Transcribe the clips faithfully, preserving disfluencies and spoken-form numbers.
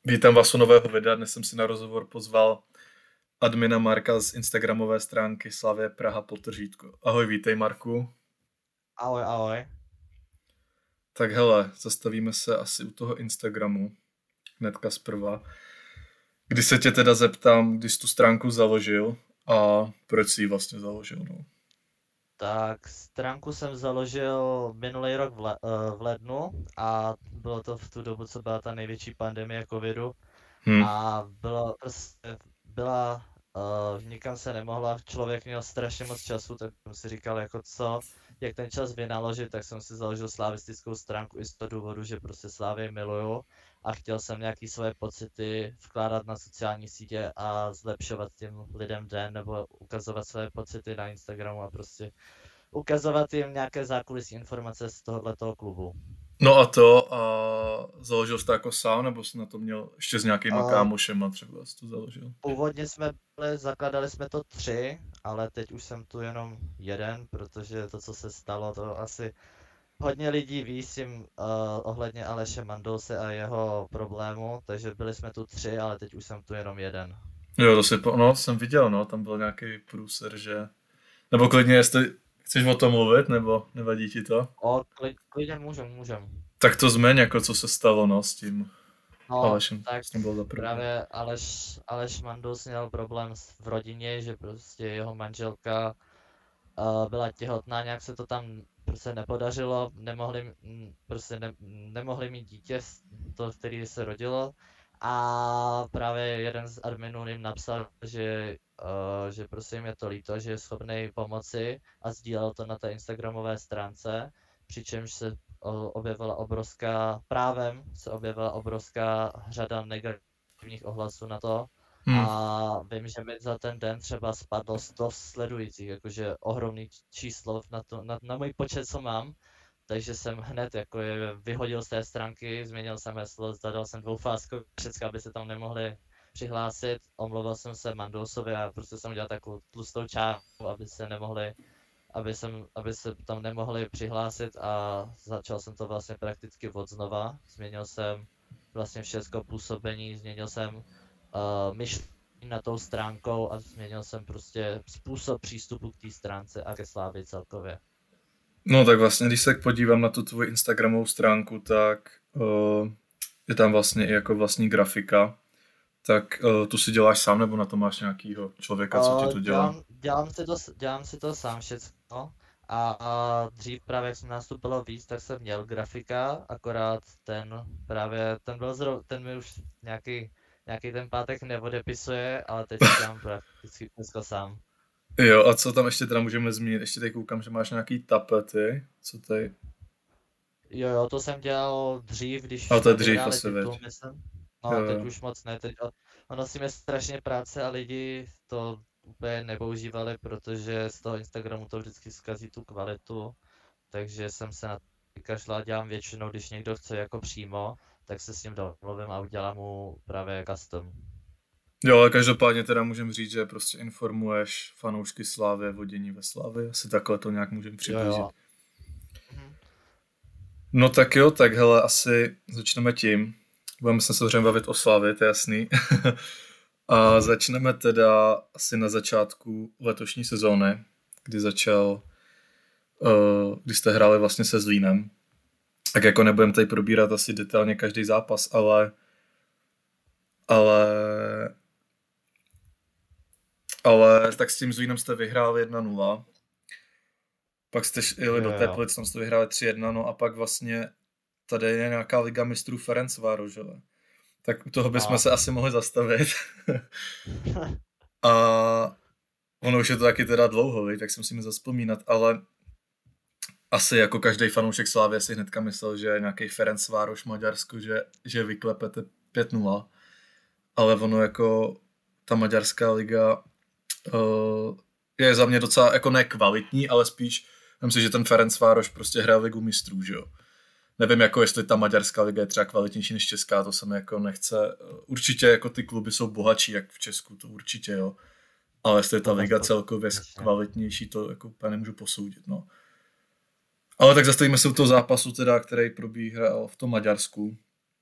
Vítám vás u nového videa. Dnes jsem si na rozhovor pozval admina Marka z instagramové stránky Slavie Praha Podtržítko. Ahoj, vítej Marku. Ahoj, ahoj. Tak hele, zastavíme se asi u toho Instagramu hnedka zprva. Kdy se tě teda zeptám, když jsi tu stránku založil a proč jsi ji vlastně založil, no? Tak stránku jsem založil minulý rok v, le, eh, v lednu a bylo to v tu dobu, co byla ta největší pandemie covidu Hm. a bylo prostě, byla, uh, nikam se nemohla, člověk měl strašně moc času, tak jsem si říkal jako co, jak ten čas vynaložit, tak jsem si založil slavistickou stránku i z toho důvodu, že prostě Slávy miluju a chtěl jsem nějaký svoje pocity vkládat na sociální sítě a zlepšovat těm lidem den nebo ukazovat své pocity na Instagramu a prostě ukazovat jim nějaké zákulisní informace z tohoto klubu. No a to, a založil jsi to jako sám, nebo jsi na to měl ještě s nějakýma Uh, kámošema třeba jsi to založil? Původně jsme byli, zakladali jsme to tři, ale teď už jsem tu jenom jeden, protože to, co se stalo, to asi hodně lidí ví s tím uh, ohledně Aleše Mandouse a jeho problému, takže byli jsme tu tři, ale teď už jsem tu jenom jeden. Jo, to si, po... no, jsem viděl, no, tam byl nějaký průser, že... Nebo klidně, jestli chceš o tom mluvit, nebo nevadí ti to? O, klid, klidně můžem, můžem. Tak to změň, jako co se stalo, no, s tím No, Alešem, tak s tím byl za první. právě Aleš, Aleš Mandus měl problém s- v rodině, že prostě jeho manželka uh, byla těhotná, nějak se to tam prostě nepodařilo, nemohli, m- prostě ne, nemohli mít dítě, s- to, který se rodilo. A právě jeden z adminů jim napsal, že, uh, že prostě jim je to líto, že je schopný pomoci a sdílel to na té instagramové stránce, přičemž se o- objevila obrovská, právem se objevila obrovská řada negativních ohlasů na to. Hmm. A vím, že mi za ten den třeba spadlo sto sledujících, jakože ohromný číslo na, to, na, na můj počet, co mám. Takže jsem hned jako je vyhodil z té stránky, změnil jsem heslo, zadal jsem dvoufázku, všechno, aby se tam nemohli přihlásit. Omluvil jsem se Mandousovi a prostě jsem udělal takovou tlustou čáru, aby se nemohli, aby, jsem, aby se tam nemohli přihlásit a začal jsem to vlastně prakticky od znova. Změnil jsem vlastně všechno působení, změnil jsem uh, myšlení na tou stránkou a změnil jsem prostě způsob přístupu k té stránce a ke Slávii celkově. No tak vlastně, když se podívám na tu tvoji instagramovou stránku, tak uh, je tam vlastně i jako vlastní grafika. Tak uh, tu si děláš sám, nebo na to máš nějakýho člověka, co ti Uh, to dělá? dělám, dělám, si to, dělám si to sám všechno a, a dřív právě, jak jsem nastupilo víc, tak jsem měl grafika, akorát ten právě, ten byl zrov, ten mi už nějaký, nějaký ten pátek neodepisuje, ale teď si dělám prakticky všechno sám. Jo, a co tam ještě teda můžeme zmínit? Ještě tady koukám, že máš nějaký tapety. Co tady? Jo, jo, to jsem dělal dřív, když A to je jsme dřív vyhráli asi, titul, veď. myslím. Jo, No, teď jo. už moc ne, teď o- ono si mě strašně práce a lidi to úplně nepoužívali, protože z toho Instagramu to vždycky zkazí tu kvalitu, takže jsem se na to vykašlal, dělám většinou, když někdo chce jako přímo, tak se s ním domluvím a udělám mu právě custom. Jo, ale každopádně teda můžem říct, že prostě informuješ fanoušky Slávy o dění ve Slávy. Asi takhle to nějak můžem Jo, přiblížit. jo. Mhm. No tak jo, tak hele, asi začneme tím. Budeme se samozřejmě bavit o Slávě, to je jasný. A začneme teda asi na začátku letošní sezóny, kdy začal, uh, kdy jste hráli vlastně se Zlínem. Tak jako nebudeme tady probírat asi detailně každý zápas, ale ale ale tak s tím Zlínem jste vyhráli jedna nula. Pak jste jeli Jo, do jo. Teplic, tam jste vyhráli tři jedna, no a pak vlastně tady je nějaká liga mistrů Ferencvároš, tak u toho bychom No. se asi mohli zastavit. A ono už je to taky teda dlouho, viď? Tak si musíme zaspomínat, ale asi jako každý fanoušek Slávy si hnedka myslel, že nějaký Ferencvároš Maďarsko, že, že vyklepete pět nula, ale ono jako ta maďarská liga uh, je za mě docela jako nekvalitní, ale spíš myslím si, že ten Ferencvároš prostě hraje ligu mistrů, že jo. Nevím, jako jestli ta maďarská liga je třeba kvalitnější než česká, to se mi jako nechce. Určitě jako ty kluby jsou bohatší, jak v Česku, to určitě jo. Ale jestli ta To liga bez celkově pochyby. kvalitnější, to jako úplně nemůžu posoudit, no. Ale tak zastavíme se u toho zápasu teda, který probíhal v tom Maďarsku.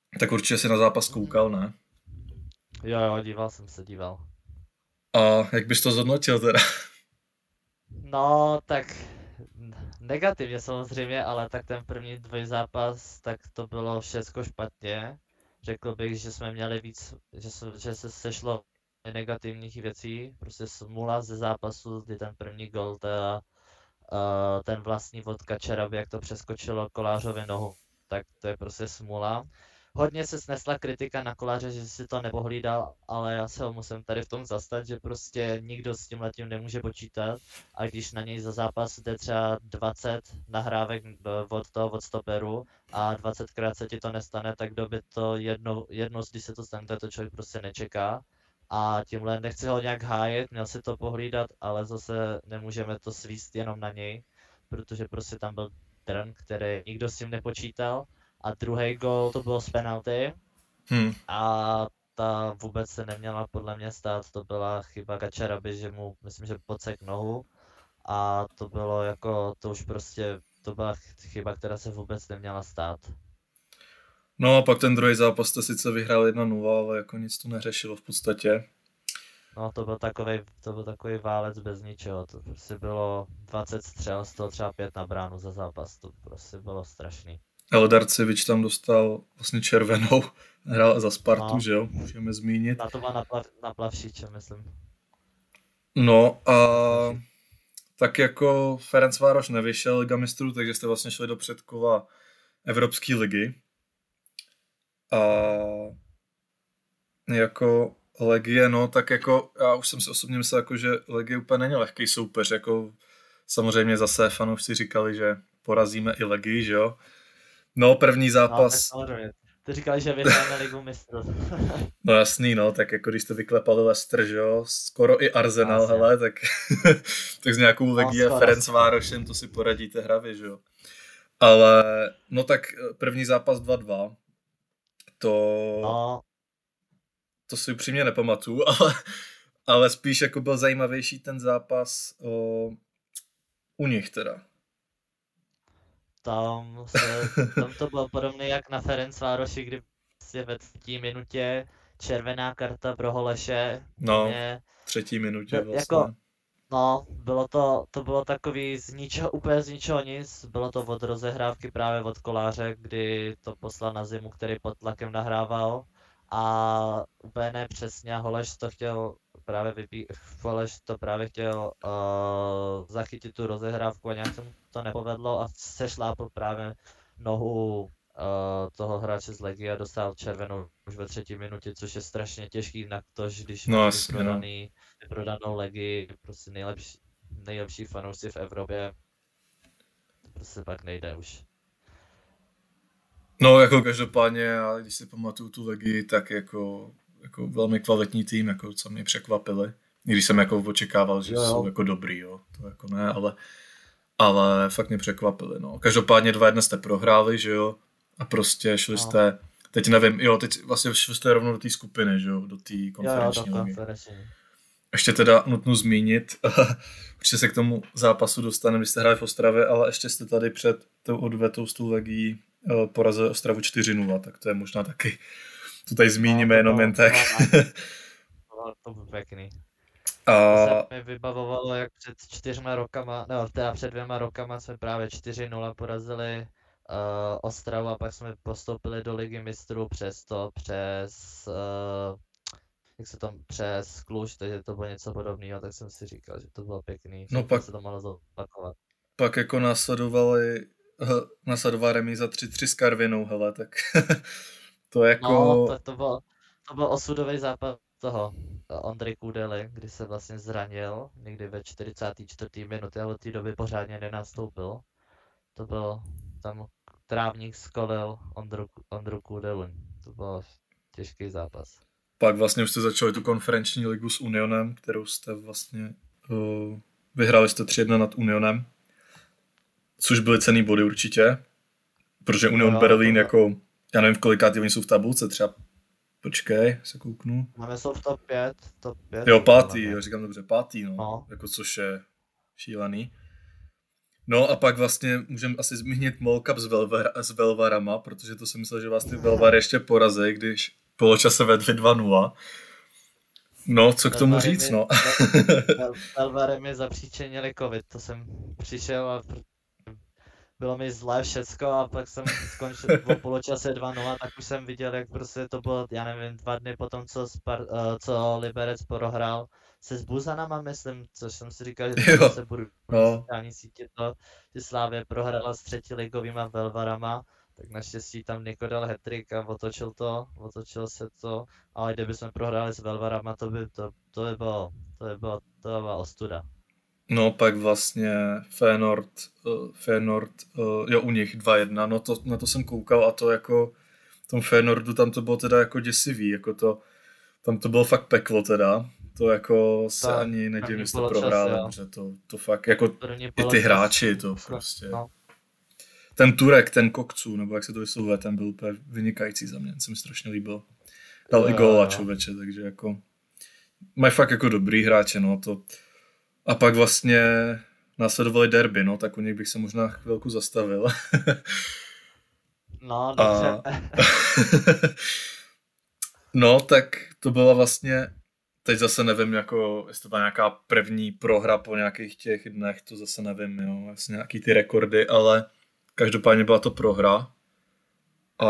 Tak určitě si na zápas koukal, ne? Jo, jo, díval jsem se, díval. A jak bys to zhodnotil teda? No, tak negativně samozřejmě, ale tak ten první dvojzápas, tak to bylo všechno špatně. Řekl bych, že jsme měli víc, že se, že se sešlo negativních věcí, prostě smůla ze zápasu, kdy ten první gol, teda, uh, ten vlastní od Kačera, jak to přeskočilo Kolářovi nohu, tak to je prostě smůla. Hodně se snesla kritika na Koláře, že si to nepohlídal, ale já se ho musím tady v tom zastat, že prostě nikdo s tímhletím nemůže počítat a když na něj za zápas jde třeba dvacet nahrávek od toho, od stoperu a dvacetkrát se ti to nestane, tak kdo by to jedno, jedno když se to stane, to člověk prostě nečeká. A tímhle nechci ho nějak hájet, měl si to pohlídat, ale zase nemůžeme to svíst jenom na něj, protože prostě tam byl trn, který nikdo s tím nepočítal. A druhý gol to bylo z penalty Hmm. a ta vůbec se neměla podle mě stát, to byla chyba Kačeraby, že mu myslím, že podsek nohu a to bylo jako, to už prostě, to byla chyba, která se vůbec neměla stát. No a pak ten druhý zápas jste sice vyhrál jedna nula, ale jako nic to neřešilo v podstatě. No to byl takovej, to byl takový válec bez ničeho, to prostě bylo dvacet střel, z toho třeba pět na bránu za zápas, to prostě bylo strašný. Eldarcevič tam dostal vlastně červenou, hrál za Spartu, No. že jo, můžeme zmínit. Na to má na, plav, na Plavšiče, myslím. No a tak jako Ferencvároš nevyšel Liga mistrů, takže jste vlastně šli do předkova Evropské ligy. A jako Legie, no tak jako já už jsem si osobně myslel, jako, že Legie úplně není lehký soupeř, jako samozřejmě zase fanoušci říkali, že porazíme i Legii, že jo. No první zápas... No, ty říkali, že vyhráme Ligu mistrů. No jasný, no, tak jako když jste vyklepali Leicester, že jo, skoro i Arsenal, Jasně. hele, tak, tak s nějakou Legií No, a Ferencvárošem to si poradíte hravě, že jo. Ale, no tak první zápas dva dva, to, no. to si upřímně nepamatuju, ale, ale spíš jako byl zajímavější ten zápas o, u nich teda. Tam, se, tam to bylo podobné jak na Ferencvároši, kdy vlastně ve třetí minutě červená karta pro Holeše. No, mě, třetí minutě vlastně. Jako, no, bylo to, to bylo takový z ničeho, úplně z ničeho nic, bylo to od rozehrávky právě od Koláře, kdy to poslal na zimu, který pod tlakem nahrával a úplně nepřesně Holeš to chtěl právě vypí... Holeš to právě chtěl uh, zachytit tu rozehrávku a nějak se mu to nepovedlo a sešlápl právě nohu uh, toho hráče z Legie a dostal červenou už ve třetí minutě, což je strašně těžký na to, když no, máš jasně, vyprodaný, no. vyprodanou Legii, prostě nejlepší, nejlepší fanoušci v Evropě, to prostě pak nejde už. No jako každopádně, ale když si pamatuju tu Legii, tak jako, jako velmi kvalitní tým, jako co mě překvapili. I když jsem jako očekával, že jo. jsou jako dobrý, jo, to jako ne, ale, ale fakt mě překvapili, no. Každopádně dva jedna jste prohráli, že jo, a prostě šli no. jste, teď nevím, jo, teď vlastně šli jste rovnou do té skupiny, že jo, do té konferenční ligy. Ještě teda nutno zmínit, určitě se k tomu zápasu dostaneme, když jste hráli v Ostravě, ale ještě jste tady před tou odvetou s tou Legií porazili Ostravu čtyři nula, tak to je možná taky, to tady zmíníme no, jenom jen tak. To bylo pěkný. A... To se mi vybavovalo, jak před čtyřma rokama, no teda před dvěma rokama jsme právě čtyři nula porazili uh, Ostravu a pak jsme postoupili do Ligy mistrů přes to, přes, uh, jak se tam, přes Kluž, takže to bylo něco podobného, tak jsem si říkal, že to bylo pěkný, no že pak se to mohlo zopakovat. Pak jako následovali nasledovala remíza tři tři s Karvinou, hele, tak to jako... No, to, to, byl, to byl osudový zápas toho Ondry Kudely, kdy se vlastně zranil, někdy ve čtyřicáté čtvrté minutě, ale od té doby pořádně nenastoupil. To byl, tam trávník skolil Ondru, Ondru Kudelu, to byl těžký zápas. Pak vlastně už jste začali tu konferenční ligu s Unionem, kterou jste vlastně, uh, vyhráli jste tři jedna nad Unionem. Což byly cenný body určitě, protože Union no, Berlin jako, já nevím v kolikátý oni jsou v tabulce, třeba, počkej, se kouknu. Máme jsou v top pět, top pět. Jo, pátý, jo, říkám dobře, pátý, no, no. Jako což je šílený. No a pak vlastně můžeme asi zmínit Mall Cup s, Velver, s Velvarama, protože to jsem myslel, že vás ty Velvary ještě porazí, když poločase vedli dva nula. No, co k tomu Velvary říct, mi, no. Vel- Velvary mi zapříčinili covid, to jsem přišel a pr- bylo mi zlé všecko a pak jsem skončil po poločase dva nula, tak už jsem viděl, jak prostě to bylo, já nevím, dva dny potom, co, Spar, uh, co Liberec prohrál se s Buzanama, myslím, což jsem si říkal, že to Jo, zase budu na no. sociální sítě, to, že Slávě prohrála s třetiligovýma Velvarama, tak naštěstí tam Niko dal hat-trick a otočil to, otočil se to, ale kdyby jsme prohráli s Velvarama, to by, to, to by bylo, to by bylo, to by byla ostuda. No pak vlastně Feyenoord, uh, Feyenoord, uh, jo u nich dva jedna, no to, na to jsem koukal a to jako v tom Feyenoordu tam to bylo teda jako děsivý, jako to, tam to bylo fakt peklo teda, to jako se Tak, ani nedivím, první jestli to poločas, prohráli, jo. protože to, to fakt, jako První i ty poločas, hráči to sko- prostě, no, ten Turek, ten Kokců, nebo jak se to vyslovuje, ten byl úplně vynikající za mě, ten se mi strašně líbil. Dal jo, i jo, góla jo. člověče, takže jako mají fakt jako dobrý hráče, no to. A pak vlastně následovali derby, no, tak u nich bych se možná chvilku zastavil. No, A... dobře. no, tak to byla vlastně, teď zase nevím, jako, jestli to byla nějaká první prohra po nějakých těch dnech, to zase nevím, jo, vlastně nějaký ty rekordy, ale každopádně byla to prohra. A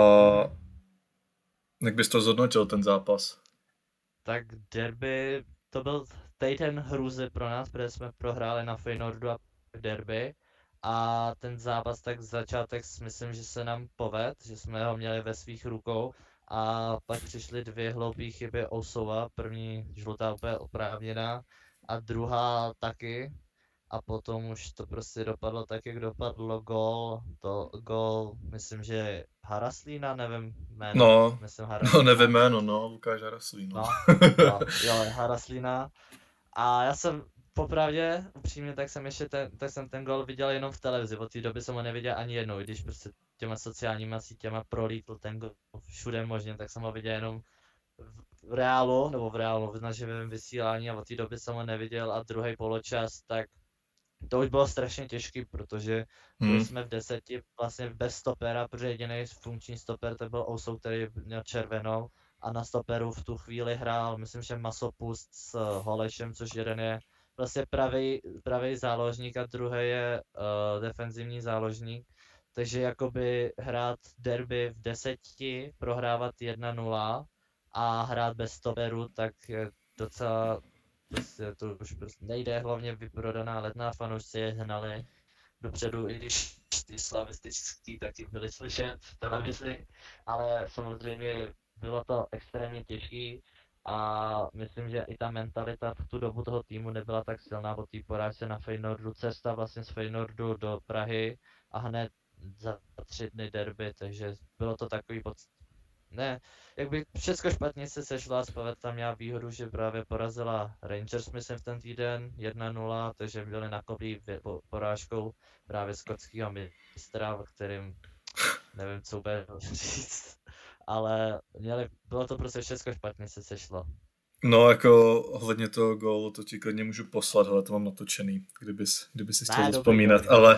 jak bys to zhodnotil, ten zápas? Tak derby, to byl týden hrůzy pro nás, protože jsme prohráli na Feyenoordu a derby. A ten zápas, tak začátek si myslím, že se nám poved, že jsme ho měli ve svých rukou. A pak přišly dvě hloupé chyby Ousova, první žlutá úplně oprávněná a druhá taky. A potom už to prostě dopadlo tak, jak dopadlo, gól, to gól, myslím, že Haraslína, nevím jméno, No, myslím no Haraslína. nevím jméno, no, Lukáš Haraslín, no. No, jo, jo, Haraslína. A já jsem popravdě, upřímně, tak jsem ještě ten, tak jsem ten gol viděl jenom v televizi, od té doby jsem ho neviděl ani jednou, i když prostě těma sociálníma sítěma prolítl ten gol všude možně, tak jsem ho viděl jenom v reálu, nebo v reálu, na živém vysílání a od té doby jsem ho neviděl a druhý poločas, tak to už bylo strašně těžký, protože byli Hmm. jsme v deseti vlastně bez stopera, protože jediný funkční stoper to byl Ousou, který měl červenou a na stoperu v tu chvíli hrál, myslím, že Masopust s Holešem, což jeden je vlastně pravý, pravý záložník a druhý je uh, defenzivní záložník. Takže jakoby hrát derby v deseti, prohrávat jedna nula a hrát bez stoperu, tak je docela prostě to už prostě nejde, hlavně vyprodaná letná, fanoušci je hnali dopředu, i když ty slavistický taky byly slyšet v televizi, ale samozřejmě bylo to extrémně těžký a myslím, že i ta mentalita v tu dobu toho týmu nebyla tak silná po té porážce na Feyenoordu, cesta vlastně z Feyenoordu do Prahy a hned za tři dny derby, takže bylo to takový pod... Ne, jak by všechno špatně se sešlo a Spavet tam měla výhodu, že právě porazila Rangers, myslím, v ten týden jedna nula, takže byli nakoplí porážkou právě skotského mistra, o kterým nevím, co bude říct, ale měli, bylo to prostě všechno špatně se sešlo. No, jako ohledně toho gólu, to ti klidně můžu poslat, ale to mám natočený, kdybys, kdyby si chtěl vzpomínat, ale,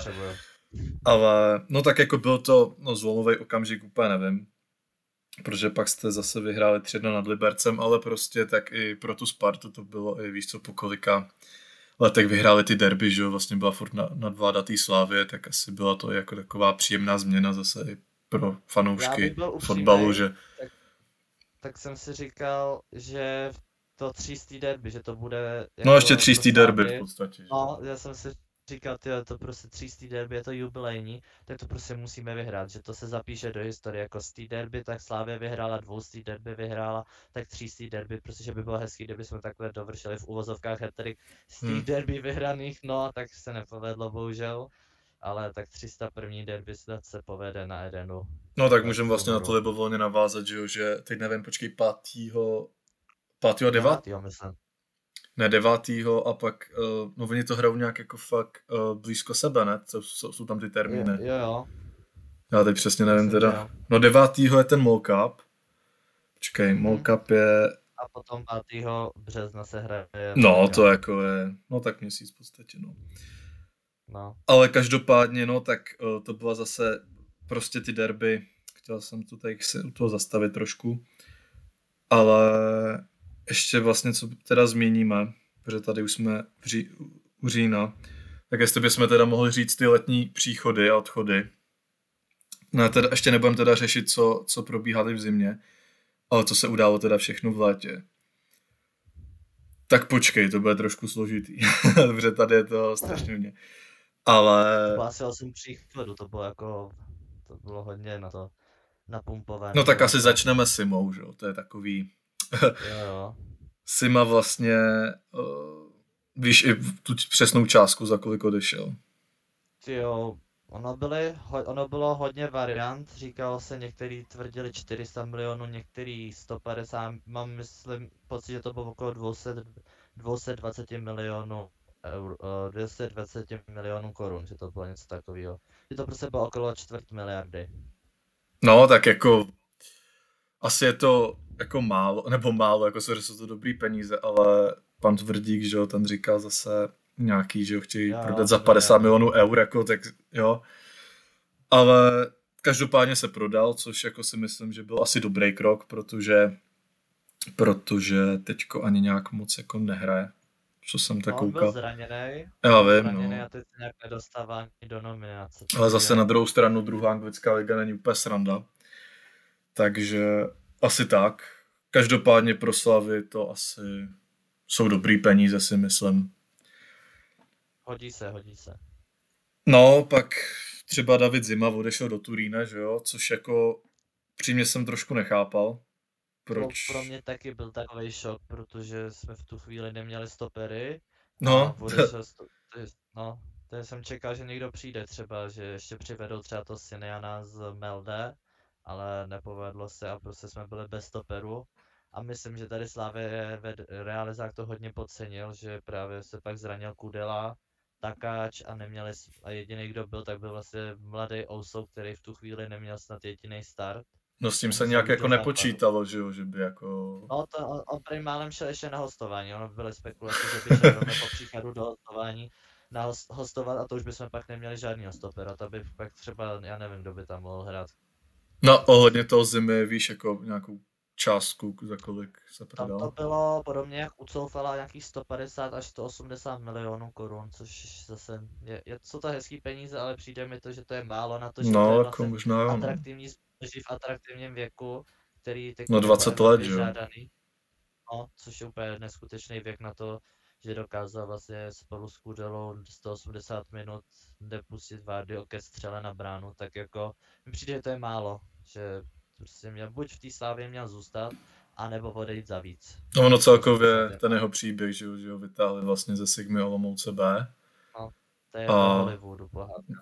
ale, no tak jako byl to, no zlomový okamžik, úplně nevím, protože pak jste zase vyhráli tři jedna nad Libercem, ale prostě tak i pro tu Spartu to bylo i víš co po kolika letech vyhráli ty derby, že jo, vlastně byla furt na, nadvláda té Slávě, tak asi byla to jako taková příjemná změna zase i pro fanoušky fotbalu, že... Tak, tak jsem si říkal, že to třístý derby, že to bude... Jako no ještě třístý derby v podstatě. Že? No, já jsem si říkal, tyjo, to prostě třístý derby, je to jubilejní, tak to prostě musíme vyhrát, že to se zapíše do historie, jako stý derby, tak Slávě vyhrála, dvoustý derby vyhrála, tak třístý derby, protože by bylo hezký, kdyby jsme takhle dovršili v uvozovkách hat-trick stý hmm. derby vyhraných, no, tak se nepovedlo bohužel, ale tak tři sta jedna derby se povede na Edenu. No tak můžeme vlastně na to libovolně navázat, že jo, že teď nevím, počkej, pátýho pátýho devátýho myslím. Ne, devátýho a pak, uh, no oni to hrajou nějak jako fakt uh, blízko sebe, ne? Co, jsou, jsou tam ty termíny. Jo, jo. Já teď přesně nevím myslím, teda. No devátýho je ten Mall Cup. Počkej, Mall hmm. Cup je... A potom pátýho března se hraje. No, to jako je, no tak měsíc v podstatě, no. No. Ale každopádně, no, tak uh, to byla zase prostě ty derby. Chtěl jsem tu tady se u toho zastavit trošku. Ale ještě vlastně, co teda zmíníme, protože tady už jsme v ří, u října, tak jestli bychom teda mohli říct ty letní příchody a odchody. No, teda, ještě nebudeme teda řešit, co, co probíhá v zimě, ale co se událo teda všechno v létě. Tak počkej, to bude trošku složitý, protože tady je to strašně hodně. Ale... To bylo asi osm příchodů, to bylo jako, to bylo hodně na to napumpované. No tak asi začneme Simou, že jo, to je takový... jo, jo. Sima vlastně, uh, víš i tu přesnou částku, za kolik odešel. Jo, ono, byly, ono bylo hodně variant, říkalo se, některý tvrdili čtyři sta milionů, některý sto padesát, mám myslím pocit, že to bylo okolo dvě stě dvacet milionů eur, dvě stě dvacet milionů korun, že to bylo něco takového. Že to prostě bylo okolo čtvrt miliardy. No, tak jako, asi je to jako málo, nebo málo, jako se, že jsou to dobrý peníze, ale pan Tvrdík, že jo, ten říkal zase nějaký, že ho chtějí jo, prodat za padesát milionů eur, jako, tak jo. Ale každopádně se prodal, což jako si myslím, že byl asi dobrý krok, protože protože teďko ani nějak moc jako nehraje, co jsem tak no, koukal. On byl zraněnej, Já vím, zraněnej no. a teď se nějak nedostává ani do nominace. Ale zase na druhou stranu druhá anglická liga není úplně sranda. Takže asi tak. Každopádně pro Slavy to asi jsou dobrý peníze, si myslím. Hodí se, hodí se. No, pak třeba David Zima odešel do Turína, že jo, což jako přímě jsem trošku nechápal. Proč? Pro, pro mě taky byl takový šok, protože jsme v tu chvíli neměli stopery. No. A odešel, sto, no, to jsem čekal, že někdo přijde třeba, že ještě přivedou třeba to Siniana z Melde, ale nepovedlo se a prostě jsme byli bez stoperu. A myslím, že tady Slavě realizák to hodně podcenil, že právě se pak zranil Kudela, Takáč a neměli, a jediný, kdo byl, tak byl vlastně mladý Ouso, který v tu chvíli neměl snad jediný start. No s tím se nějak jako nepočítalo, že jo, že by jako... No to on, on prý málem šel ještě na hostování, ono byly spekulace, že by šel rovnou po příchodu do hostování na host, hostovat a to už bychom pak neměli žádný stopera, to by pak třeba, já nevím, kdo by tam mohl hrát. No ohledně toho Zimy, víš, jako nějakou částku, za kolik se prodal? Tam to bylo podobně jak u Coufala nějakých sto padesát až sto osmdesát milionů korun, což zase je, je, jsou to hezký peníze, ale přijde mi to, že to je málo na to, že no, to je jako vlastně možná, atraktivní zboží v atraktivním věku, který teď no dvacet let, že jo. No, což je úplně neskutečný věk na to, že dokázal vlastně spolu s Kudelou sto osmdesát minut nepustit Vardyho ke střele na bránu, tak jako mi přijde, že to je málo, že prostě měl buď v té Slávě měl zůstat, anebo odejít za víc. No ono celkově ten jeho příběh, že jo, že ho vytáhli vlastně ze Sigmy Olomouce B. No, to je a... jako Hollywoodu pohádka.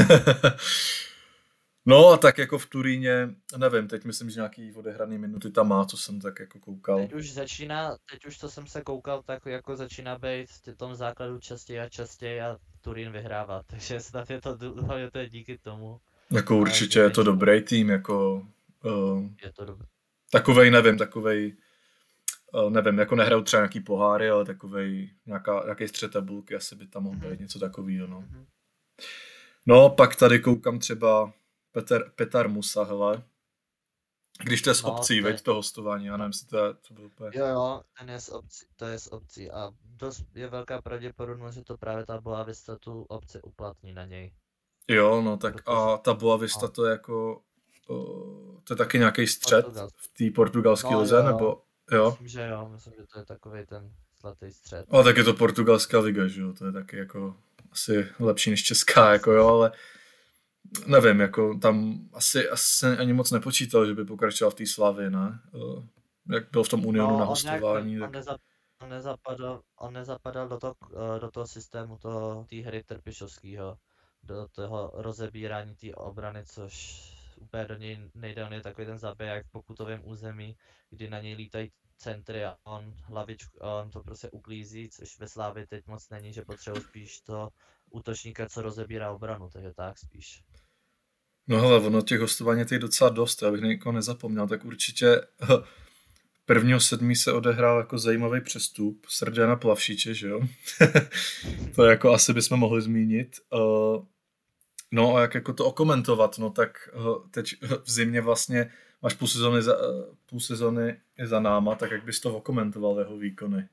No a tak jako v Turíně, nevím, teď myslím, že nějaký odehraný minuty tam má, co jsem tak jako koukal. Teď už začíná, teď už to jsem se koukal, tak jako začíná být v tom základu častěji a častěji a Turín vyhrává, takže snad je to, je to díky tomu. Jako určitě je to dobrý tým, jako... Uh, je to dobrý. Takovej, nevím, takovej, uh, nevím, jako nehrajou třeba nějaký poháry, ale takovej, nějaká, nějaký střed tabulky, asi by tam mohl být mm-hmm. něco takového, no. Mm-hmm. No, pak tady koukám třeba Petr, Petar Musa, hele. Když to je z no, obcí, veď to hostování, já nevím, jestli to, je, to bylo úplně... Jo, jo, ten je z obcí, to je z obcí a dost je velká pravděpodobnost, že to právě ta Boa Vista tu obci uplatní na něj. Jo, no tak protože... a ta Boa Vista no. to je jako, o, to je taky nějaký střed v té portugalské no, lize, jo, nebo jo? Myslím, že jo, myslím, že to je takovej ten zlatý střed. Ale tak je to portugalská liga, že jo, to je taky jako asi lepší než česká, jako jo, ale nevím, jako tam asi, asi ani moc nepočítal, že by pokračoval v té Slavii, ne? Jak byl v tom Unionu no, na hostování. On, nějak, tak... on, nezapadal, on nezapadal do toho, do toho systému toho, té hry Trpišovského, do toho rozebírání té obrany, což úplně do něj nejde, on je takový ten zabiják v pokutovém území, kdy na něj lítají centry a on hlavičku, on to prostě uklízí, což ve Slávii teď moc není, že potřebuje spíš to útočníka, co rozebírá obranu, takže tak spíš. No hele, ono těch hostování je docela dost, já bych někoho nezapomněl, tak určitě prvního sedmý se odehrál jako zajímavý přestup Srdjana Plavšiče, že jo? To jako asi bychom mohli zmínit. Uh, no a jak jako to okomentovat, no tak uh, teď v zimě vlastně máš půl sezony za, uh, půl sezony za náma, tak jak bys to okomentoval, jeho výkony?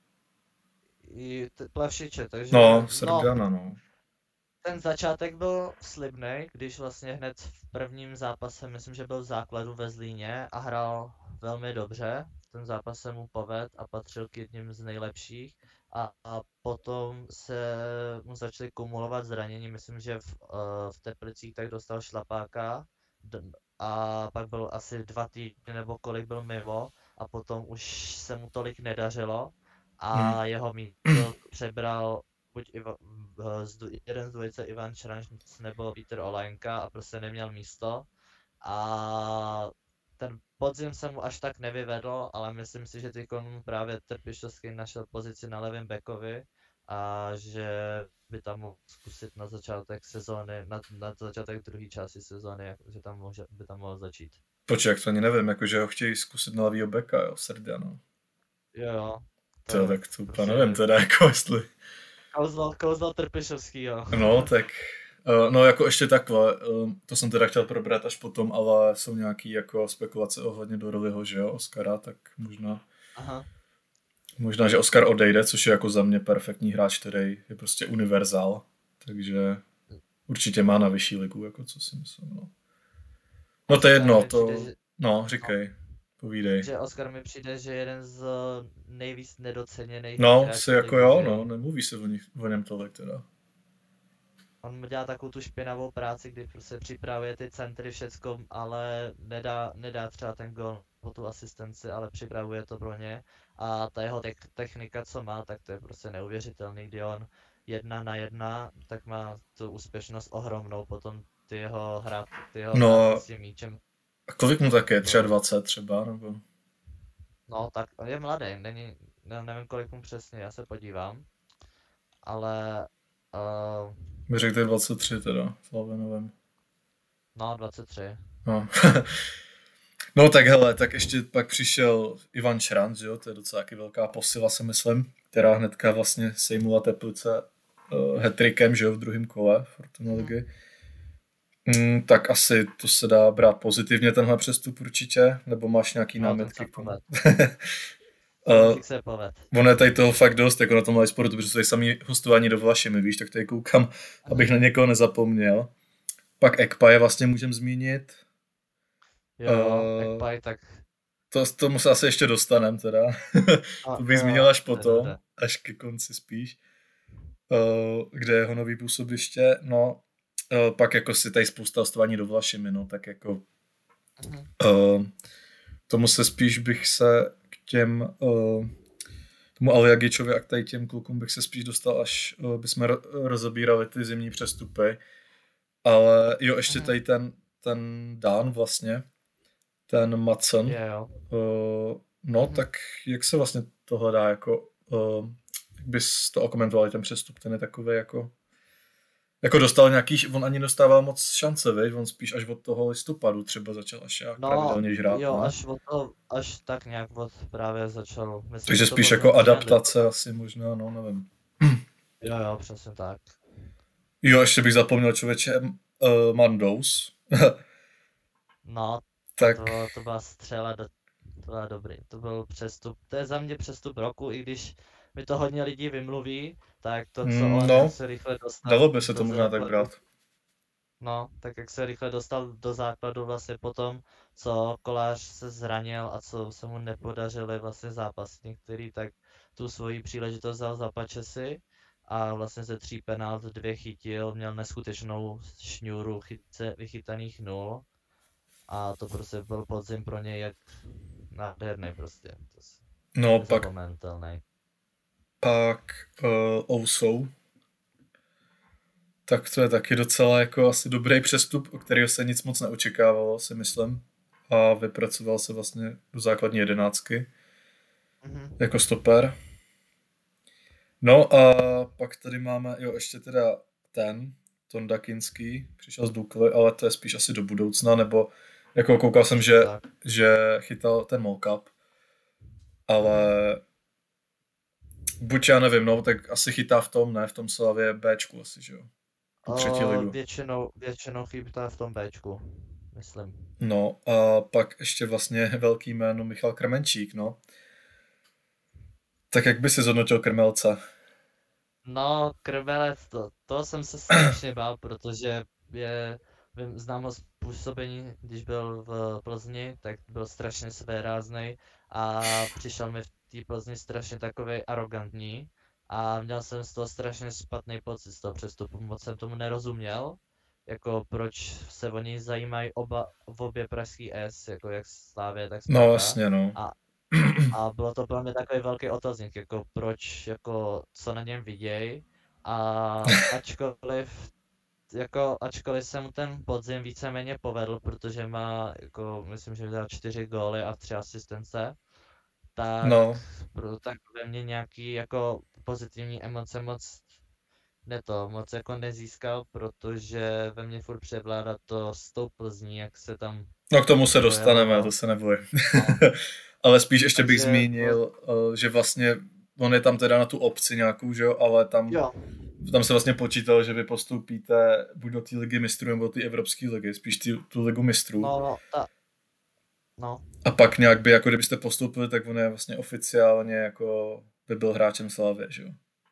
I t- Plavšiče, takže No, no, Srdjana, no. ten začátek byl slibný, když vlastně hned v prvním zápase, myslím, že byl v základu ve Zlíně a hrál velmi dobře. Ten zápas se mu povedl a patřil k jedním z nejlepších. A, a potom se mu začaly kumulovat zranění, myslím, že v, uh, v Teplicích tak dostal šlapáka d- a pak byl asi dva týdny nebo kolik byl mimo a potom už se mu tolik nedařilo a Hmm. jeho místo přebral buď Iva, v- z, dv- jeden z dvojice Ivan Šranč nebo Petr Olajnka a prostě neměl místo. A ten podzim se mu až tak nevyvedl, ale myslím si, že teď právě Trpišovský našel pozici na levém backovi a že by tam mohl zkusit na začátek sezóny, na, na začátek druhé části sezóny, jak- že tam může, by tam mohl začít. Počkej, jak to ani nevím, jakože ho chtějí zkusit na levýho beka, jo, Srdjana. Jo, jo. To, je tak to prostě úplně nevím teda, jako jestli... Kouzlo, kouzlo Trpišovský, jo. No, tak... Uh, no, jako ještě takhle, uh, to jsem teda chtěl probrat až potom, ale jsou nějaký jako spekulace ohledně Dorliho, že jo, Oskara, tak možná... Aha. Možná, že Oskar odejde, což je jako za mě perfektní hráč, který je prostě univerzál, takže určitě má na vyšší ligu, jako co si myslím, no. No to je jedno, Oskar mi to... přijde, že- No, říkej, povídej. Že Oskar mi přijde, že je jeden z nejvíc nedoceněných No, hráčů si jako ligy, jo, že no, nemluví se o, nich, o něm tolik teda. On dělá takovou tu špinavou práci, kdy prostě připravuje ty centry všecko, ale nedá, nedá třeba ten gol po tu asistenci, ale připravuje to pro ně. A ta jeho te- technika, co má, tak to je prostě neuvěřitelný, kdy on jedna na jedna, tak má tu úspěšnost ohromnou, potom ty jeho hra, ty jeho No. hra s tím míčem. A kolik mu tak je? dvacet tři třeba, nebo? No tak je mladý, není, ne, nevím kolik mu přesně, já se podívám. Ale uh, Bych řekl, to je dvacet tři teda, slavě nevím. no dvacet tři. No. No tak hele, tak ještě pak přišel Ivan Šranč, jo, to je docela taky velká posila, si myslím, která hnedka vlastně sejmula Teplice uh, hat-trickem, že jo, v druhém kole Fortuna ligy. Mm, tak asi to se dá brát pozitivně, tenhle přestup určitě, nebo máš nějaký No, ten námitky se k tomu? poved. Uh, Tak se poved. ono je tady toho fakt dost, jako na tom sportu, protože jsou samý hostování do Vlašimi, víš, tak tady koukám, abych na někoho nezapomněl. Pak Ekpa je vlastně můžem zmínit. Jo, Eh, Ekpaj, tak... To, tomu se asi ještě dostanem teda. A, To bych jo, zmínil až to je potom, dobré. až ke konci spíš. Uh, kde je jeho nový působiště. No, uh, pak jako si tady spousta hostování do Vlašimi, no, tak jako Mhm. uh, tomu se spíš bych se k těm uh, tomu Aliagičovi a k tady těm klukům bych se spíš dostal, až uh, bychom ro- rozebírali ty zimní přestupy. Ale jo, ještě Mhm. tady ten, ten Dan vlastně, ten Madsen, Je, jo. uh, no Mhm. tak jak se vlastně to hledá, jako, uh, jak bys to okomentoval, ten přestup, ten je takový jako, jako dostal nějaký, on ani dostával moc šance, viď? On spíš až od toho listopadu třeba začal až jak No, pravidelně hrát, jo, ne? až od toho, až tak nějak od právě začal. Myslím, Takže že to spíš byl jako ten týden adaptace asi možná, no nevím. listopadu. Jo, jo, přesně tak. Jo, ještě bych zapomněl člověče uh, Mandous. No, Tak to, bylo- to byla střela, do, to byla dobrý. To byl přestup, to je za mě přestup roku, i když mi to hodně lidí vymluví, tak to, co Mm, on no, se rychle dostal dalo by se do to možná tak základu, brát. No, tak jak se rychle dostal do základu vlastně potom, co Kolář se zranil a co se mu nepodařily vlastně zápasy některý, tak tu svoji příležitost vzal za pačesy a vlastně ze tří penalt dvě chytil, měl neskutečnou šňůru chytce, vychytaných nul a to prostě byl podzim pro něj jak nádherný prostě, to s- No, pak, nezapomenutelný. pak uh, Ousou. Tak to je taky docela jako asi dobrý přestup, o kterého se nic moc neočekávalo, si myslím. A vypracoval se vlastně do základní jedenáctky Mhm. jako stoper. No a pak tady máme, jo, ještě teda ten, Tonda Kinský, přišel z Dukly, ale to je spíš asi do budoucna, nebo jako koukal jsem, že, Tak. že chytal ten Mall Cup. ale buď já nevím, no, tak asi chytá v tom, ne, v tom Slavě Bčku asi, že jo, tu třetí O, ligu. většinou, většinou chybí v tom Bčku, myslím. No a pak ještě vlastně velký jméno Michal Krmenčík, no. Tak jak by si zhodnotil Krmelce? No, Krmelec, to, to jsem se strašně bál, protože je, vím, znám ho z působení, když byl v Plzni, tak byl strašně svéráznej a přišel mi v té Plzni strašně takovej arrogantní a měl jsem z toho strašně špatný pocit z toho přestupu, moc jsem tomu nerozuměl, jako proč se o něj zajímají oba, v obě pražský S, jako jak Slavie, tak No Sparta. jasně, no. A a bylo to pro mě takový velký otazník, jako proč, jako co na něm viděj. A ačkoliv, jako ačkoliv se mu ten podzim víceméně povedl, protože má, jako myslím, že dal čtyři góly a tři asistence, tak, No, pro, tak ve mně nějaký jako pozitivní emoce moc ne to, moc jako nezískal, protože ve mně furt převládá to s tou Plzní, jak se tam no k tomu se dojelo, dostaneme, no. to se neboj. No. Ale spíš ještě bych Takže, zmínil, no, že vlastně on je tam teda na tu obci nějakou, že jo, ale tam, jo. tam se vlastně počítalo, že vy postoupíte buď do té ligy mistrů nebo do té evropské ligy, spíš tý, tu ligu mistrů. No, no, ta, no. A pak nějak by, jako kdybyste postoupili, tak on je vlastně oficiálně jako by byl hráčem Slavie, že jo?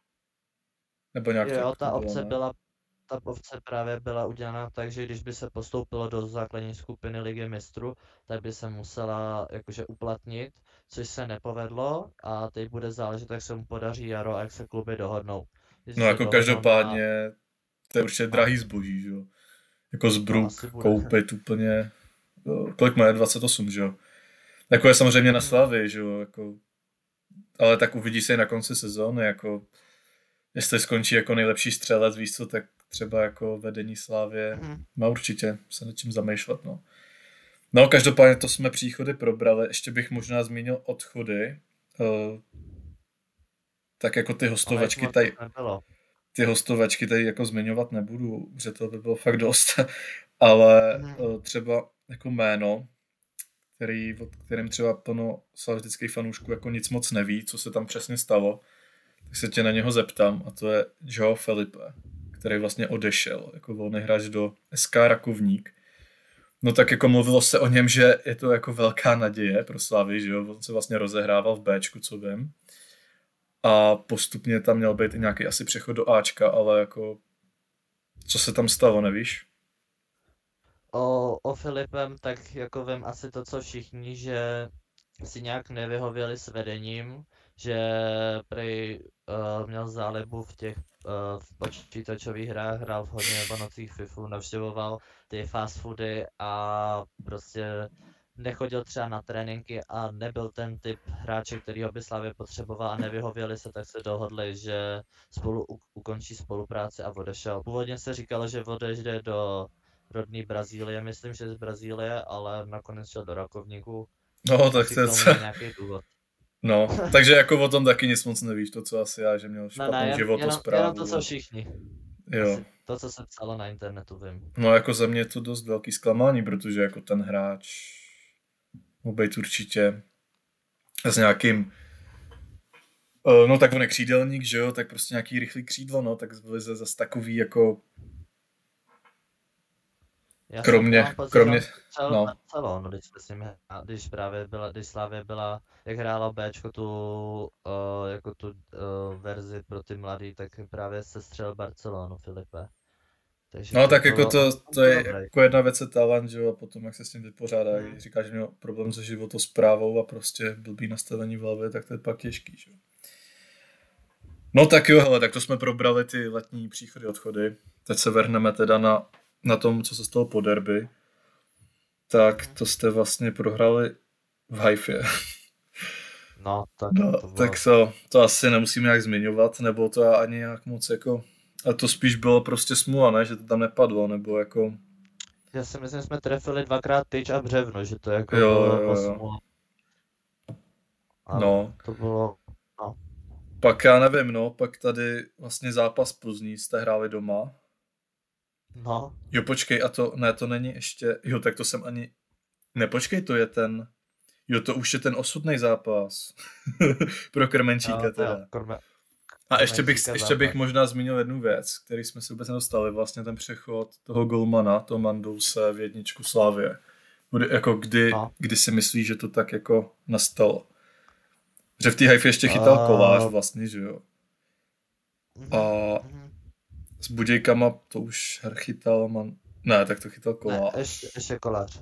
Nebo nějak Jo, tak ta to bylo, obce ne? byla, ta obce právě byla udělaná tak, že když by se postoupilo do základní skupiny Ligy mistrů, tak by se musela jakože uplatnit, což se nepovedlo a teď bude záležet, jak se mu podaří jaro a jak se kluby dohodnou. Jestli No se jako dohodnou každopádně, na... to je určitě No. drahý zboží, že jo? Jako No, Zbruk asi bude. koupit úplně, jo, kolik má je, dvacet osm, že jo? Jako je samozřejmě na Mhm. Slavii, že jo, jako, ale tak uvidí se i na konci sezóny, jako, jestli skončí jako nejlepší střelec, víš co, tak třeba jako vedení Slávie Mhm. má určitě se nad čím zamýšlet, no. No, každopádně to jsme příchody probrali, ještě bych možná zmínil odchody, uh, tak jako ty Ale hostovačky jak moc tady, to nebylo. ty hostovačky tady jako zmiňovat nebudu, protože to by bylo fakt dost, ale Mhm. uh, třeba jako jméno, který, od kterým třeba plno slavistických fanoušků jako nic moc neví, co se tam přesně stalo, tak se tě na něho zeptám a to je João Felipe, který vlastně odešel jako volný hráč do S K Rakovník. No tak jako mluvilo se o něm, že je to jako velká naděje pro Slavii, že jo, on se vlastně rozehrával v Bčku, co vím. A postupně tam měl být i nějaký asi přechod do Ačka, ale jako co se tam stalo, nevíš? O, o Filipem, tak jako vím asi to, co všichni, že si nějak nevyhověli s vedením, že prej uh, měl zálibu v těch uh, v počítačových hrách, hrál v hodně v nocích FIFU, navštěvoval ty fast foody a prostě nechodil třeba na tréninky a nebyl ten typ hráče, kterýho by Slavě potřeboval a nevyhověli se, tak se dohodli, že spolu u- ukončí spolupráci a odešel. Původně se říkalo, že odejde do rodný Brazílie, myslím, že z Brazílie, ale nakonec šel do Rakovníku. No, tak Asi to k je tomu co... je nějaký důvod. No, takže jako o tom taky nic moc nevíš, to co asi já, že měl No špatnou ne, jen, jenom, životosprávu. jenom to, co všichni. Jo. Asi to, co se psalo na internetu, vím. No jako za mě je to dost velký zklamání, protože jako ten hráč mohl být určitě s nějakým, uh, no tak on je křídelník, že jo, tak prostě nějaký rychlý křídlo, no, tak byli zase takový jako, Já kromě, jsem pocit, kromě, cel, no. Barcelonu, když, myslím, když právě byla, když Slavia byla, jak hrála Bčko tu, uh, jako tu uh, verzi pro ty mladý, tak právě se střelil Barcelonu, Filipe. Takže No to tak bylo, jako to, to je dobrý. jako jedna věc je talent, že jo, a potom jak se s tím vypořádá, Hmm. když říká, že měl problém se životosprávou a prostě blbý nastavení v hlavě, tak to je pak těžký, že jo. No tak jo, hele, tak to jsme probrali ty letní příchody, odchody. Teď se vrhneme teda na, na tom, co se stalo po derby. Tak to jste vlastně prohrali v Haifě. No, tak No, to bylo... tak to, to asi nemusíme nějak zmiňovat, nebo to já ani nějak moc jako... A to spíš bylo prostě smůla, ne? Že to tam nepadlo, nebo jako... Já si myslím, že jsme trefili dvakrát tyč a břevno, že to jako Jo, bylo jo, jo. smůla. Ale No. to bylo, no. Pak já nevím, no, pak tady vlastně zápas Plzní jste hráli doma. No, Jo, počkej, a to, ne, to není ještě, jo, tak to jsem ani, ne, počkej, to je ten, Jo, to už je ten osudný zápas. Pro Krmenčíka Jo, to jo, teda. krme, A ještě bych, Krmenčíka ještě bych zápas. možná zmínil jednu věc, který jsme se vůbec nedostali, vlastně ten přechod toho golmana, toho Mandouse v jedničku Slavie. Bude, jako kdy, No. kdy si myslíš, že to tak jako nastalo? Že v té Haifě ještě chytal Uh, Kolář vlastně, že jo? mhm, A mhm. s Budějkama to už chytal man... Ne, tak to chytal Ne, Kolář. ještě, ještě Kolář.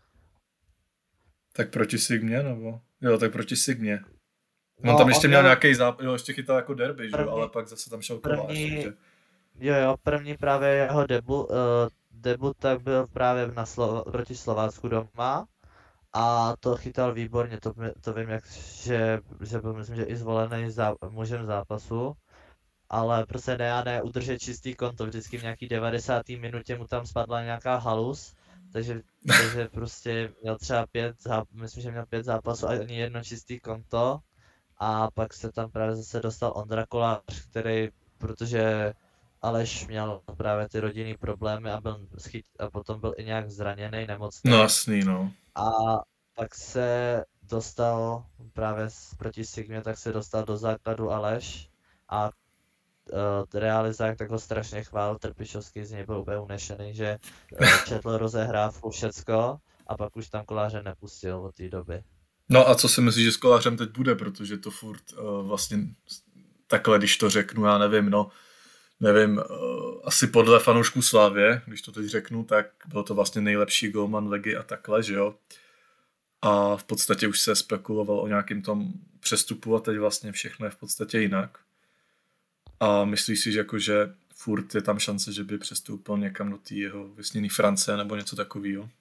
Tak proti Sigmě, nebo? Jo, tak proti Sigmě. No, On tam ještě on měl měl nějaký zápas, jo, ještě chytal jako derby, že jo, první, ale pak zase tam šel Kolář, první, takže... jo jo, první právě jeho debut, uh, debut tak byl právě na Slo- proti Slovácku doma a to chytal výborně, to, to vím, jak, že, že byl, myslím, že i zvolený zá, mužem zápasu, ale prostě ne, ne udržet čistý konto, vždycky v nějaký devadesáté minutě mu tam spadla nějaká halus, takže, takže prostě měl třeba pět, záp, myslím, že měl pět zápasů a ani jedno čistý konto. A pak se tam právě zase dostal Ondra Kolář, který, protože Aleš měl právě ty rodinný problémy a, byl schyt, a potom byl i nějak zraněný, nemocný. No jasný, no. A pak se dostal právě z, proti Sigmě, tak se dostal do základu Aleš a uh, realizák tak ho strašně chválil, Trpišovský z něj byl úplně unešený, že uh, četl rozehrávku všecko a pak už tam Koláře nepustil od té doby. No a co si myslíš, že s Kolářem teď bude, protože to furt uh, vlastně takhle, když to řeknu, já nevím, no, nevím, uh, asi podle fanoušků Slavie, když to teď řeknu, tak byl to vlastně nejlepší golman ligy a takhle, že jo. A v podstatě už se spekuloval o nějakém tom přestupu a teď vlastně všechno je v podstatě jinak. A myslíš si, že jakože furt je tam šance, že by přestoupil někam do té jeho vysněné Francie nebo něco takového?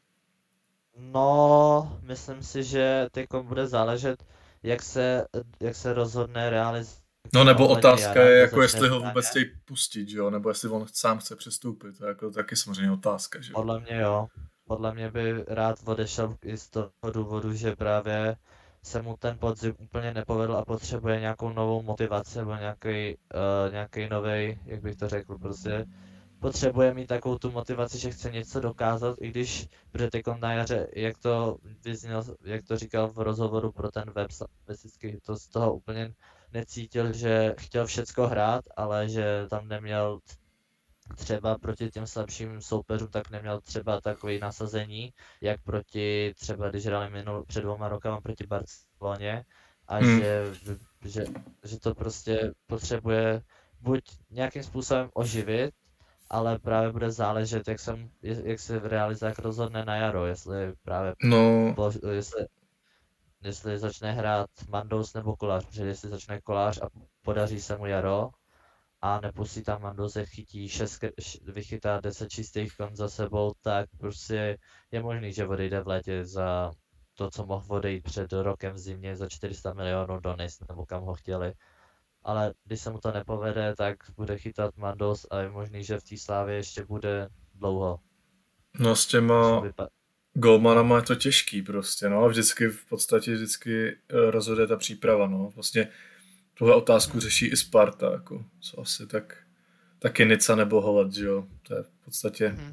No, myslím si, že teďko bude záležet, jak se, jak se rozhodne realizovat. No nebo ohledně otázka Jara, je, kdo jako začne jestli v ho bráně. vůbec chtějí pustit, že jo, nebo jestli on sám chce přestoupit, to je jako taky samozřejmě otázka, že jo. Podle mě jo. Podle mě by rád odešel i z toho důvodu, že právě se mu ten podzim úplně nepovedl a potřebuje nějakou novou motivaci nebo nějaký, uh, nějaký nový, jak bych to řekl, prostě potřebuje mít takovou tu motivaci, že chce něco dokázat, i když, protože teď na jaře, jak to vyzněl, jak to říkal v rozhovoru pro ten web, vždycky to z toho úplně necítil, že chtěl všecko hrát, ale že tam neměl třeba proti těm slabším soupeřům, tak neměl třeba takový nasazení, jak proti třeba, když hráli minul, před dvěma rokama proti Barceloně a Hmm. že, že, že to prostě potřebuje buď nějakým způsobem oživit, ale právě bude záležet, jak, jsem, jak se realizák rozhodne na jaro, jestli právě No, po, jestli, jestli začne hrát Mandous nebo Kolář, protože jestli začne Kolář a podaří se mu jaro a nepustí tam Mandouze, chytí šest, vychytá deset čistých kon za sebou, tak prostě je možný, že odejde v létě za to, co mohl odejít před rokem v zimě za čtyři sta milionů do Nice, nebo kam ho chtěli. Ale když se mu to nepovede, tak bude chytat Mandous a je možný, že v té Slávě ještě bude dlouho. no s těma Vypa- golmanama je to těžký prostě, no, vždycky v podstatě vždycky rozhoduje ta příprava, no, vlastně tuhle otázku řeší i Sparta, jako, co asi tak, taky Nica nebo Holec, že jo, to je v podstatě... Mhm.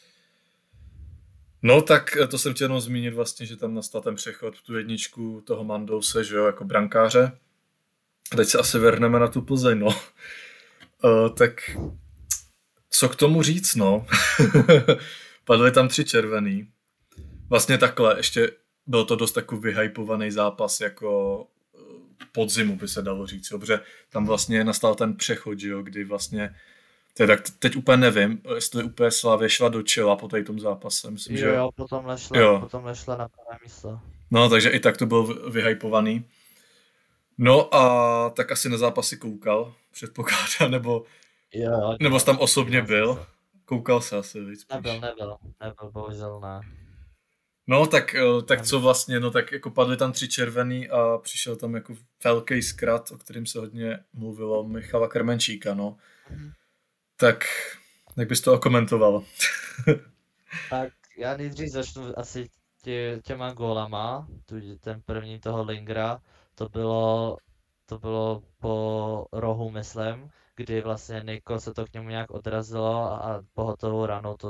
No tak to jsem chtěl jenom zmínit vlastně, že tam nastal ten přechod v tu jedničku toho Mandouse, že jo, jako brankáře. A teď se asi vrhneme na tu Plzeň, no. Uh, tak co k tomu říct, no? Padly tam tři červený. Vlastně takhle, ještě byl to dost takový vyhypovaný zápas, jako podzimu by se dalo říct, jo, protože tam vlastně nastal ten přechod, že jo, kdy vlastně tak teď úplně nevím, jestli úplně Slavě šla do čela po tady tom zápase. Myslím, jo, že... jo, potom nešla, jo. potom nešla na pravé místo. No, takže i tak to byl vyhypovaný. No a tak asi na zápasy koukal, předpokládám, nebo, Jo, jo, nebo jsi tam osobně díval byl. jsem se. Koukal se asi, víc. Nebyl, nebyl, nebyl, bohužel ne. No, tak, tak co vlastně, no tak jako padly tam tři červený a přišel tam jako velký zkrat, o kterým se hodně mluvilo, Michala Krmenčíka, no. Mhm. Tak, jak bys to okomentoval? Tak já nejdřív začnu asi tě, těma gólama, tu, ten první toho Lingra, to bylo, to bylo po rohu, myslím, kdy vlastně Niko se to k němu nějak odrazilo a, a pohotovou ranou to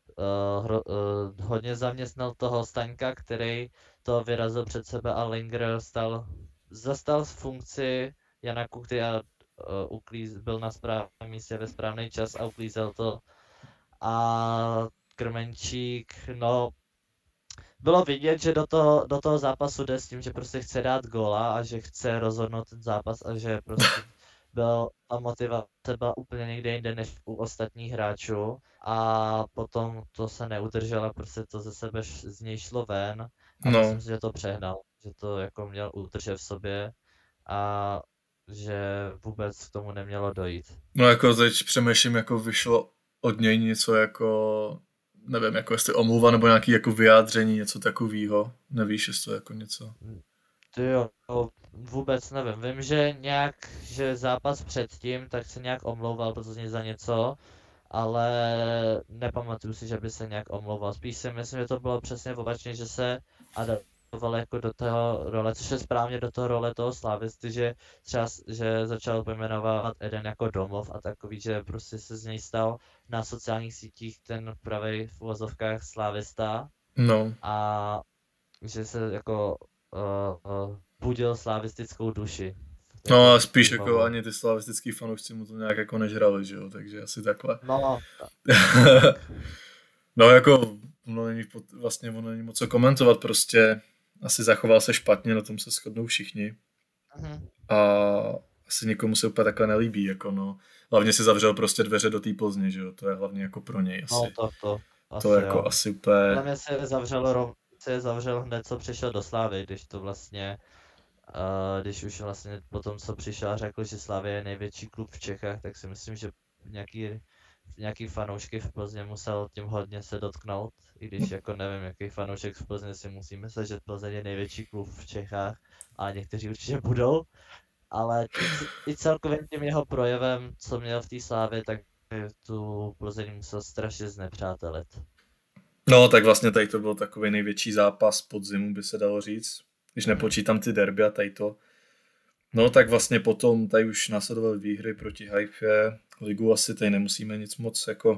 uh, hro, uh, hodně zaměstnal toho Staňka, který to vyrazil před sebe a Linger stal, zastal funkci Janaku, který uh, uklíz, byl na správném místě ve správný čas a uklízel to. A Krmenčík, no, bylo vidět, že do toho, do toho zápasu jde s tím, že prostě chce dát góla a že chce rozhodnout ten zápas a že prostě byl, ta motivace byla úplně někde jinde než u ostatních hráčů a potom to se neudrželo, prostě to ze sebe š, z něj šlo ven a No, myslím si, že to přehnal, že to jako měl udržet v sobě a že vůbec k tomu nemělo dojít. no jako teď přemýšlím, jako vyšlo od něj něco jako, nevím, jako jestli omluva nebo nějaký jako vyjádření, něco takového. Nevíš, jestli to jako něco. Ty jo, vůbec nevím. Vím, že nějak, že zápas předtím, tak se nějak omlouval protože za něco, ale nepamatuju si, že by se nějak omlouval. Spíš si myslím, že to bylo přesně opačně, že se adaptoval jako do toho role, což je správně do toho role toho slávisty, že třeba, že začal pojmenovat Eden jako domov a takový, že prostě se z něj stal na sociálních sítích ten pravej v uvozovkách slávista No, a že se jako uh, uh, budil slavistickou duši. no a spíš jako ani ty slavistický fanoušci mu to nějak jako nežrali, že jo, takže asi takhle. No, no jako, ono není, vlastně ono není moc co komentovat, prostě asi zachoval se špatně, na tom se shodnou všichni. mhm. A asi nikomu se úplně takhle nelíbí, jako no. Hlavně si zavřel prostě dveře do té Plzně, že jo, to je hlavně jako pro něj asi. No to, to, asi to jako jo. asi úplně... Podle mě se je zavřel, rov, se je zavřel hned, co přišel do Slávy, když to vlastně, uh, když už vlastně potom, co přišel a řekl, že Slavia je největší klub v Čechách, tak si myslím, že nějaký, nějaký fanoušky v Plzně musel tím hodně se dotknout, i když jako nevím, jaký fanoušek v Plzně si musí myslet, že Plzeň je největší klub v Čechách a někteří určitě budou, ale i, i celkově tím jeho projevem, co měl v té Slávě, tak tu Plzeň musel strašně znepřátelit. No, tak vlastně tady to byl takový největší zápas podzimu, by se dalo říct. Když nepočítám ty derby a tady to. No, tak vlastně potom tady už následovaly výhry proti Haifě. Ligu asi tady nemusíme nic moc jako...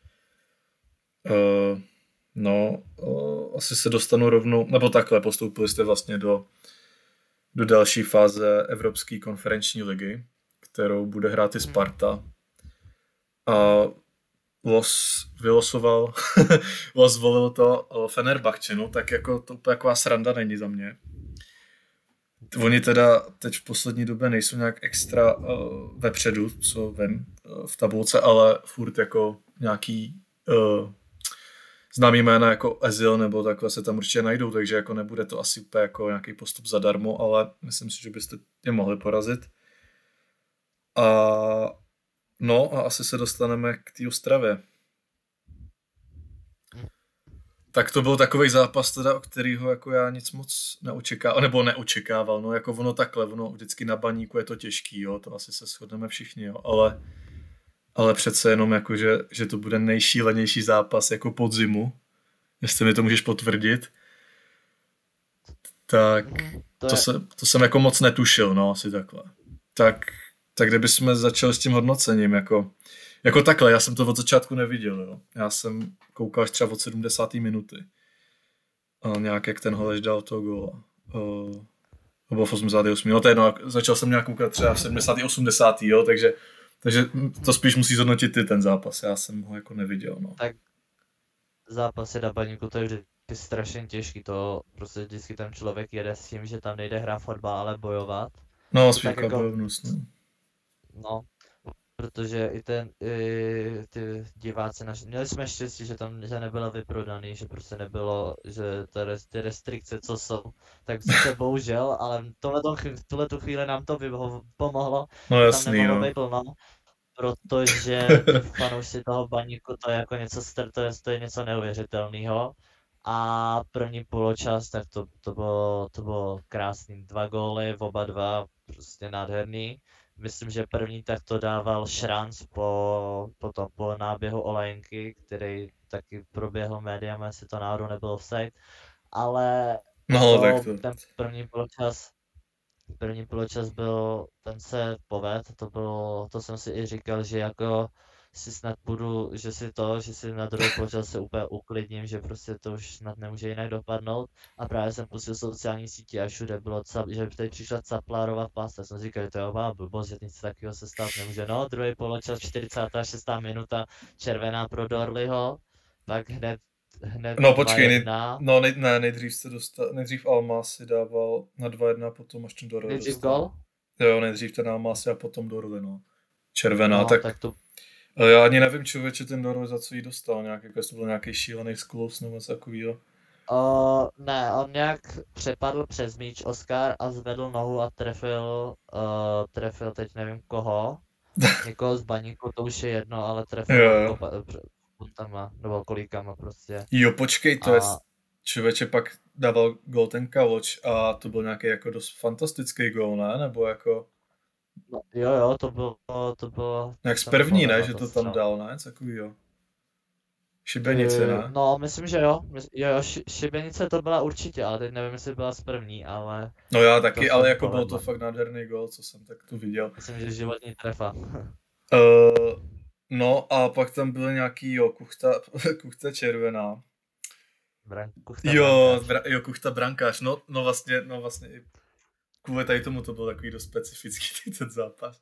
Uh, no, uh, asi se dostanu rovnou... Nebo takhle, postoupili jste vlastně do, do další fáze Evropské konferenční ligy, kterou bude hrát i Sparta. A Los vylosoval, Los zvolil to Fenerbahče, no, tak jako to úplně taková sranda není za mě. Oni teda teď v poslední době nejsou nějak extra uh, vepředu, co vím, uh, v tabulce, ale furt jako nějaký uh, známý jména jako Ezil nebo takhle se tam určitě najdou, takže jako nebude to asi úplně jako nějaký postup zadarmo, ale myslím si, že byste je mohli porazit. A no a asi se dostaneme k té Ostravě. Tak to byl takový zápas, teda, o kterýho jako já nic moc neočekával, nebo neočekával, no jako ono takhle, ono vždycky na Baníku je to těžký, jo, to asi se shodneme všichni, jo, ale, ale přece jenom jako, že, že to bude nejšílenější zápas jako podzimu, jestli mi to můžeš potvrdit, tak to, to, se, to jsem jako moc netušil, no, asi takhle. Tak, tak kdybychom začali s tím hodnocením, jako Jako takhle, já jsem to od začátku neviděl, jo. Já jsem koukal až třeba od sedmdesáté minuty. A nějak jak ten Holeš dal toho góla. Uh, nebo v osmdesátém osmém No to je jedno, začal jsem nějak koukat třeba v sedmdesátém osmdesátém jo, takže, takže to spíš musí zhodnotit ty ten zápas, já jsem ho jako neviděl, no. Tak zápasy na Baníku to je vždy strašně těžký, to prostě vždycky ten člověk jede s tím, že tam nejde hrát fotbal, ale bojovat. No, spíš jako bojovnost, no. No, protože i ten, i ty diváci naši, měli jsme štěstí, že tam že nebylo vyprodaný, že prostě nebylo, že ty restrikce, co jsou, tak se bohužel, ale tuhle tu chvíli nám to vyho- pomohlo, no, jasný, tam nemohlo no. být plno, protože fanoušci toho Baníku to je jako něco, to je, to je něco neuvěřitelného. A první poločas, tak to, to, bylo, to bylo krásný, dva góly, oba dva, prostě nádherný. Myslím, že první tak to dával Šranc po, po, tom, po náběhu Olejnky, který taky proběhl médiami, jestli to náhodou nebylo offside, ale no, to, tak to... ten první poločas, první poločas byl, ten se poved, to bylo, to jsem si i říkal, že jako si snad budu, že si to, že si na druhý poločas se úplně uklidním, že prostě to už snad nemůže jinak dopadnout. A právě jsem pustil sociální sítě a všude bylo, cap, že teď přišla Caplárová pasta. Jsem říkal, že to je obá blbost, že nic takového se stát nemůže. No, druhý poločas, čtyřicátá šestá minuta, červená pro Dorliho, pak hned, hned No počkej, nej, dva jedna. no nej, ne, nejdřív se dostal, nejdřív Alma si dával na dva jedna, potom až ten Dorli Nejdřív dostal. gol? Jo, nejdřív ten Almas a potom Dorli, no. Červená, No, tak, tak to já ani nevím, člověče, ten Dorli za co jí dostal, nějak, jako jestli to byl nějaký šílený sklus nebo něco takovýho. Uh, ne, on nějak přepadl přes míč Oscar a zvedl nohu a trefil, uh, trefil teď nevím koho, někoho z baníku, to už je jedno, ale trefil Jo, jo. puntama, nebo kolíkama prostě. Jo, počkej, to je, A člověče pak dával gol ten Kaloč a to byl nějaký jako dost fantastický gol, ne? Nebo jako, no, jo, jo, to bylo, to bylo... nějak z jsem první, nebyl ne? na Že to to tam střel. dal, ne? Co takovýho. Šibenice, Eh, ne? No, myslím, že jo, Mys- jo, jo, ši- šibenice to byla určitě, ale teď nevím, jestli byla z první, ale No já to taky, jsem ale jako byl to povedl. fakt nádherný gol, co jsem tak tu viděl. Myslím, že životní trefa. Uh, no a pak tam byly nějaký, jo, kuchta, kuchta červená. Bran- kuchta Jo, brankář. bra, jo, kuchta brankář, no, no vlastně, no vlastně i kvůli tady tomu to byl takový dost specifický ten zápas.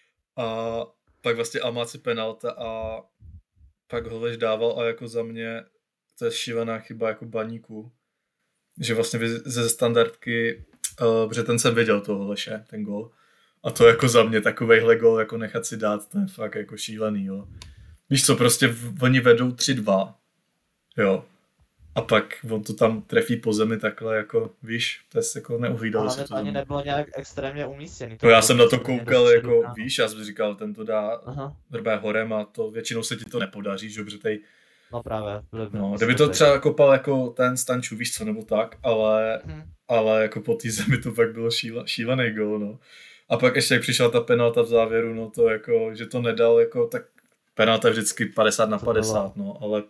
A pak vlastně Almáci penalta a pak Holeš dával a jako za mě to je šílená chyba jako Baníku. Že vlastně vy- ze standardky, uh, protože ten jsem viděl toho Holeše, ten gol. A to jako za mě takovejhle gol jako nechat si dát, to je fakt jako šílený, jo. Víš co, prostě v, oni vedou tři dva, jo. A pak on to tam trefí po zemi takhle, jako, víš, to je jako neuhlídalo Ale se to. to ani za mě. nebylo nějak extrémně umístěný. No já bylo jsem na to prostě hodně koukal, dopředu jako, dáno. víš, já jsem říkal, ten to dá Aha, drbé horem a to většinou se ti to nepodaří, že, protože tady, no právě. Byly by no, kdyby to třeba kopal jako ten Stanču, víš co, nebo tak, ale, Hm. ale jako po té zemi to fakt bylo šíle, šílený gol, no. A pak ještě jak přišla ta penalta v závěru, no to jako, že to nedal, jako, tak penalta je vždycky padesát na To bylo- padesát, no, ale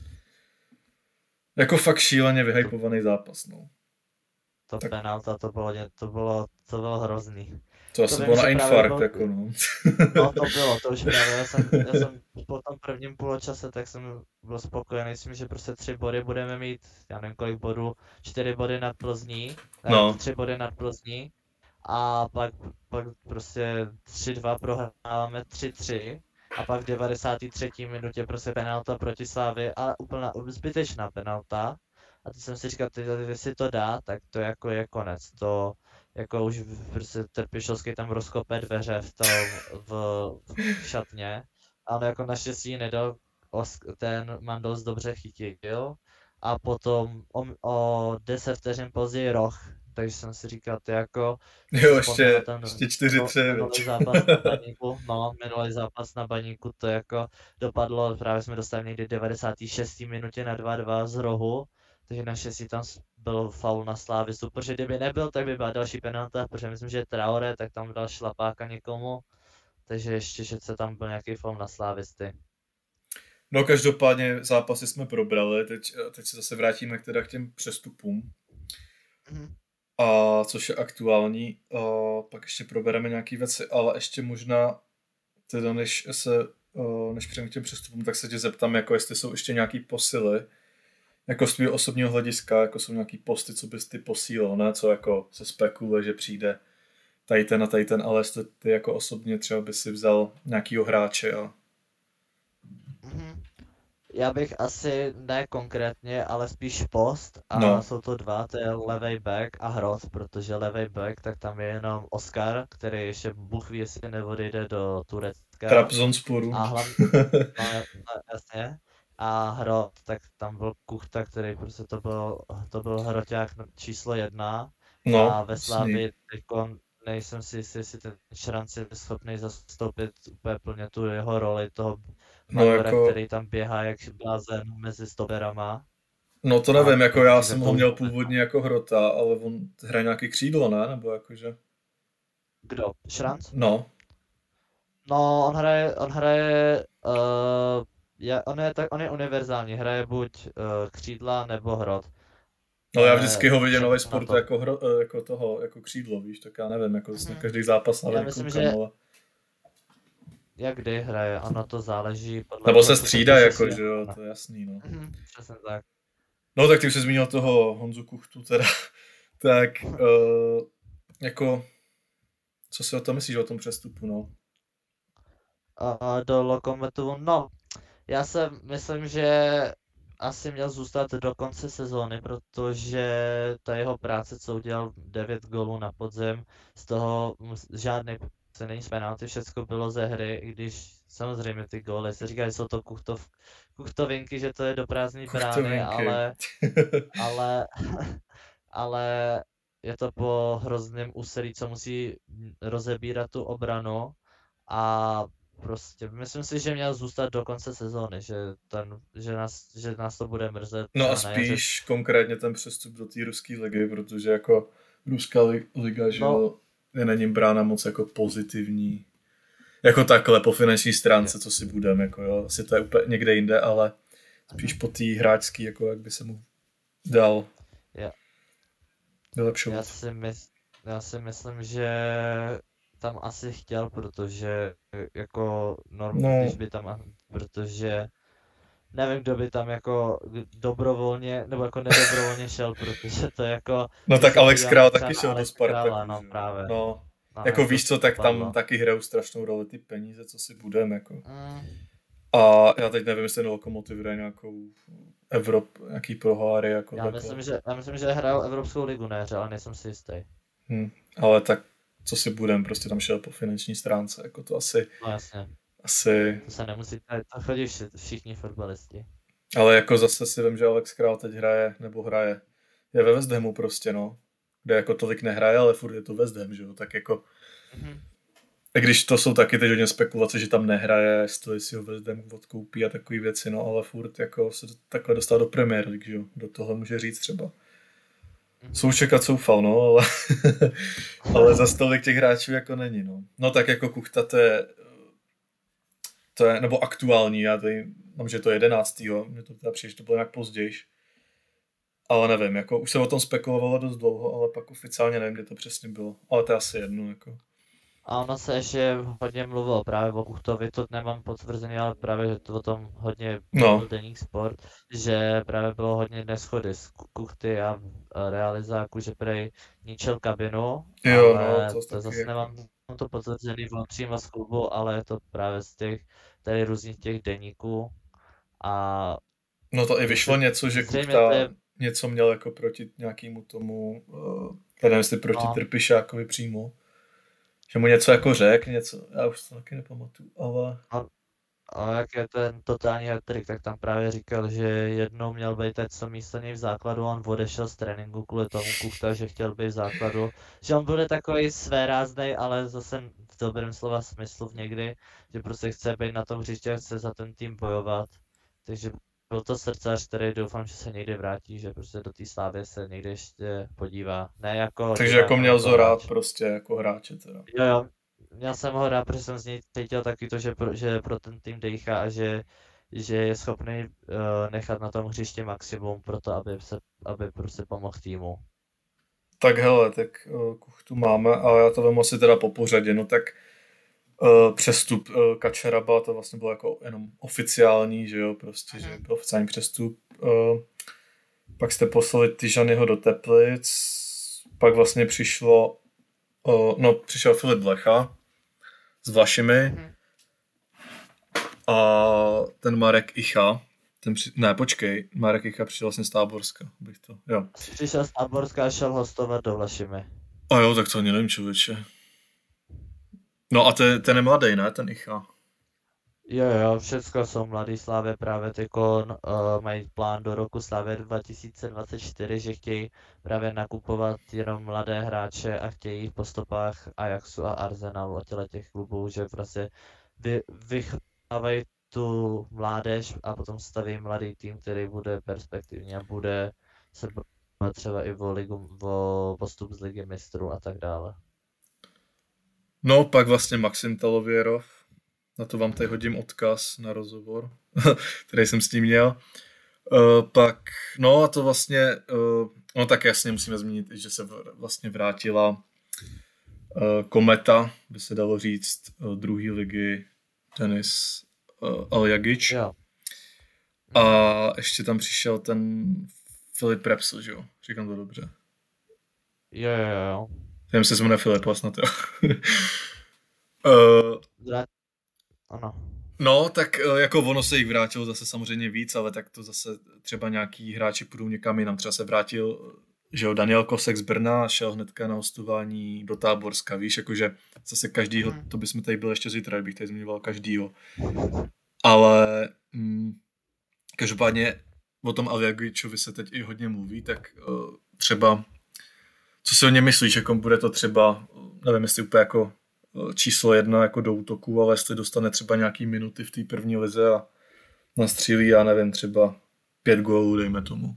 jako fakt šíleně vyhypovaný zápas, no. To Tak. penalta, to bylo, ně- to bylo, to bylo hrozný. To asi vím, bylo na že právě infarkt, byl- jako, no. No to bylo, to už právě, já jsem, já jsem po tom prvním poločase, tak jsem byl spokojený s tím, že prostě tři body budeme mít, já nevím kolik bodů, čtyři body nad Plzní, No. no. tři body nad Plzní a pak, pak prostě tři dva prohráváme tři tři a pak v devadesáté třetí minutě prostě penalta proti Slávy a úplná zbytečná penalta a teď jsem si říkal, ty, jestli to dá, tak to jako je konec, to jako už prostě Trpišovský tam rozkope dveře v tom, v, v šatně, ale jako naštěstí nedal, Osk- ten Mandos dobře chytil a potom o, o deset vteřin později roh, takže jsem si říkal, ty jako Jo, si vzpomněl ještě, na ten ještě čtyři tři, minu- no. minulý zápas na Baníku, no, minulý zápas na Baníku to jako dopadlo, právě jsme dostali někdy v devadesáté šesté minutě na dva dva z rohu, takže naštěstí tam s- byl faul na Slávistu, protože kdyby nebyl, tak by byla další penalta, protože myslím, že Traore, tak tam dal šlapáka někomu, takže ještě, že se tam byl nějaký faul na Slávisty. No každopádně zápasy jsme probrali, teď, teď se zase vrátíme k, teda k těm přestupům, Mhm. a což je aktuální, a pak ještě probereme nějaké věci, ale ještě možná, teda než se, a než přejdeme k těm přestupům, tak se tě zeptám, jako jestli jsou ještě nějaký posily, jako z tvého osobního hlediska, jako jsou nějaký posty, co bys ty posílal, ne, co jako se spekuluje, že přijde tady ten a tady ten, ale jestli ty jako osobně třeba by si vzal nějakýho hráče a Mhm. Já bych asi ne konkrétně, ale spíš post a No. jsou to dva, to je levej back a Hrot, protože levej back, tak tam je jenom Oscar, který ještě Bůh ví, jestli neodejde do Turecka. Trabzonsporu. A hlavně, no, no, jasně. A Hrot, tak tam byl Kuchta, který prostě to byl, to byl hroťák číslo jedna. No, A ve jasný. Slávii teďko nejsem si jistý, jestli ten Šranc je schopný zastoupit úplně plně tu jeho roli toho No, Magora, jako- který tam běhá jak blázen mezi stoperama. No to nevím, A jako já myslím, jsem že ho to- měl původně jako Hrota, ale on hraje nějaký křídlo, ne? Nebo jakože? Kdo? Šranc? No, No, on hraje, on hraje, uh, je, on, je tak, on je univerzální, hraje buď uh, křídla nebo Hrot. ale já Ale vždycky ho viděl všechno nový na sport to. jako, hro, eh, jako toho, jako křídlo, víš, tak já nevím, jako Mhm. na každý zápas na Já něj myslím, koukám, že- ale... jak kdy hraje, ono to záleží podle Nebo toho, se co střídá, píše jako, si. že jo, to je jasný, no. Mhm, přesně tak. No tak ty už jsi zmínil toho Honzu Kuchtu teda, tak uh, jako, co si o tom myslíš, o tom přestupu, no? A do Lokomotivu, no, já si myslím, že asi měl zůstat do konce sezóny, protože ta jeho práce, co udělal devět gólů na podzim, z toho žádný se není z penalty, všechno bylo ze hry, i když samozřejmě ty góly se říká, že jsou to kuchtov, kuchtovinky, že to je do prázdné brány, ale, ale, ale je to po hrozném úsilí, co musí rozebírat tu obranu a prostě myslím si, že měl zůstat do konce sezóny, že, ten, že, nás, že nás to bude mrzet. No a spíš konkrétně ten přestup do té ruské ligy, protože jako ruská liga, že no, je na něm brána moc jako pozitivní. Jako takhle po finanční stránce, je. Co si budeme, jako jo, asi to je úplně někde jinde, ale spíš po té hráčský, jako jak by se mu dal je. vylepšovat. Já si, mys- já si myslím, že tam asi chtěl, protože jako normálně, no. Když by tam, protože nevím, kdo by tam jako dobrovolně, nebo jako nedobrovolně šel, protože to je jako... No tak Alex Král taky šel do Spartaku. No právě. No, no jako víš co, tak tam padlo. Taky hrajou strašnou roli ty peníze, co si budeme, jako. Mm. A já teď nevím, jestli Lokomotiv hraje nějakou Evrop, nějaký proháry, jako já myslím, že, já myslím, že hrajou Evropskou ligu, ne, ale nejsem si jistý. Hmm, ale tak co si budem, prostě tam šel po finanční stránce, jako to asi... No jasně. Asi... To se nemusí, to chodí všichni fotbalisti. Ale jako zase si vím, že Alex Král teď hraje, nebo hraje, je ve West Hamu prostě, no. Kde jako tolik nehraje, ale furt je to West Ham, že jo, tak jako... Mm-hmm. I když to jsou taky teď hodně spekulace, že tam nehraje, jestli si ho West Ham odkoupí a takové věci, no, ale furt jako se takhle dostal do Premier League, že jo, do toho může říct třeba. Mm-hmm. Souček a Coufal, no, ale, ale za tolik těch hráčů jako není, no. No tak jako Kuchta, to je, to je, nebo aktuální, já tady mám, že to je jedenáctého Mně to teda přijde, že to bylo nějak později. Ale nevím, jako už se o tom spekulovalo dost dlouho, ale pak oficiálně nevím, kde to přesně bylo. Ale to je asi jedno, jako. A ono se ještě hodně mluvilo právě o Kuchtovi, to nemám potvrzený, ale právě, že to o tom hodně no. byl Deník Sport, že právě bylo hodně neschody z Kuchty a realizáku, že prej ničil kabinu, jo, ale no, to, to zase nemám to potvrzený přímo z klubu, ale je to právě z těch tady různých těch deníků a... No to i vyšlo něco, že Kuchta je... něco měl jako proti nějakému tomu, uh, nevím, jestli proti no. Trpišákovi přímo. Že mu něco jako řek, něco, já už to taky nepamatuju, ale... A, a jak je ten totální hat-trick, tak tam právě říkal, že jednou měl být teď co místo něj v základu a on odešel z tréninku kvůli tomu Kuchta, že chtěl být v základu. Že on bude takový svéráznej, ale zase v dobrém slova smyslu v někdy, že prostě chce být na tom hřiště a chce za ten tým bojovat. Takže byl to srdcař, který doufám, že se někdy vrátí, že prostě do té Slávy se někdy ještě podívá. Ne jako... Takže jako měl ho rád prostě jako hráče teda. Jo jo, měl jsem ho rád, protože jsem z něj cítil taky to, že pro, že pro ten tým dejchá a že, že je schopný uh, nechat na tom hřišti maximum pro to, aby, se, aby prostě pomohl týmu. Tak hele, tak uh, Kuchtu máme, ale já to vemu asi teda po pořadě, no tak Uh, přestup uh, Kačeraba, to vlastně bylo jako jenom oficiální, že jo, prostě, mm. že byl oficiální přestup. Uh, pak jste poslali Tyžanyho do Teplic, pak vlastně přišlo, uh, no přišel Filip Blecha s Vlašimi mm. a ten Marek Icha, ten při... ne počkej, Marek Icha přišel vlastně z Táborska, bych to, jo. Přišel z Táborska a šel hostovat do Vlašimi. A jo, tak to ani nevím, člověče. No a ten, ten je mladý, ne? Ten Icha. Jo, jo, všechno jsou mladý Slávě právě tyko uh, mají plán do roku Slávě dva tisíce dvacet čtyři, že chtějí právě nakupovat jenom mladé hráče a chtějí po stopách Ajaxu a Arsenalu a těle těch klubů, že prostě vy, vychovávají tu mládež a potom staví mladý tým, který bude perspektivní a bude se bavit třeba i o, ligu, o postup z ligy mistrů a tak dále. No, pak vlastně Maxim Talověrov, na to vám tady hodím odkaz na rozhovor, který jsem s ním měl. Uh, pak, no a to vlastně, uh, no tak jasně musíme zmínit, že se vlastně vrátila uh, kometa, by se dalo říct, uh, druhé ligy Denis uh, Aljagič. Jo. A ještě tam přišel ten Filip Repsl, že jo? Říkám to dobře. Jo, jo, jo. Nevím, se jmenuje Filip, snad jo. uh, ano. No, tak jako ono se jich vrátilo zase samozřejmě víc, ale tak to zase třeba nějaký hráči půjdou někam jinam. Třeba se vrátil, že jo, Daniel Kosek z Brna a šel hnedka na hostování do Táborska, víš, jakože zase každýho, Hmm. to bychom tady byli ještě zítra, bych tady zmiňoval každýho. Ale mm, každopádně o tom Aljagičovi se teď i hodně mluví, tak uh, třeba, co si o něm myslíš, jako bude to třeba, nevím, jestli úplně jako číslo jedna jako do útoku, ale jestli dostane třeba nějaký minuty v té první lize a nastřílí, já nevím, třeba pět gólů, dejme tomu.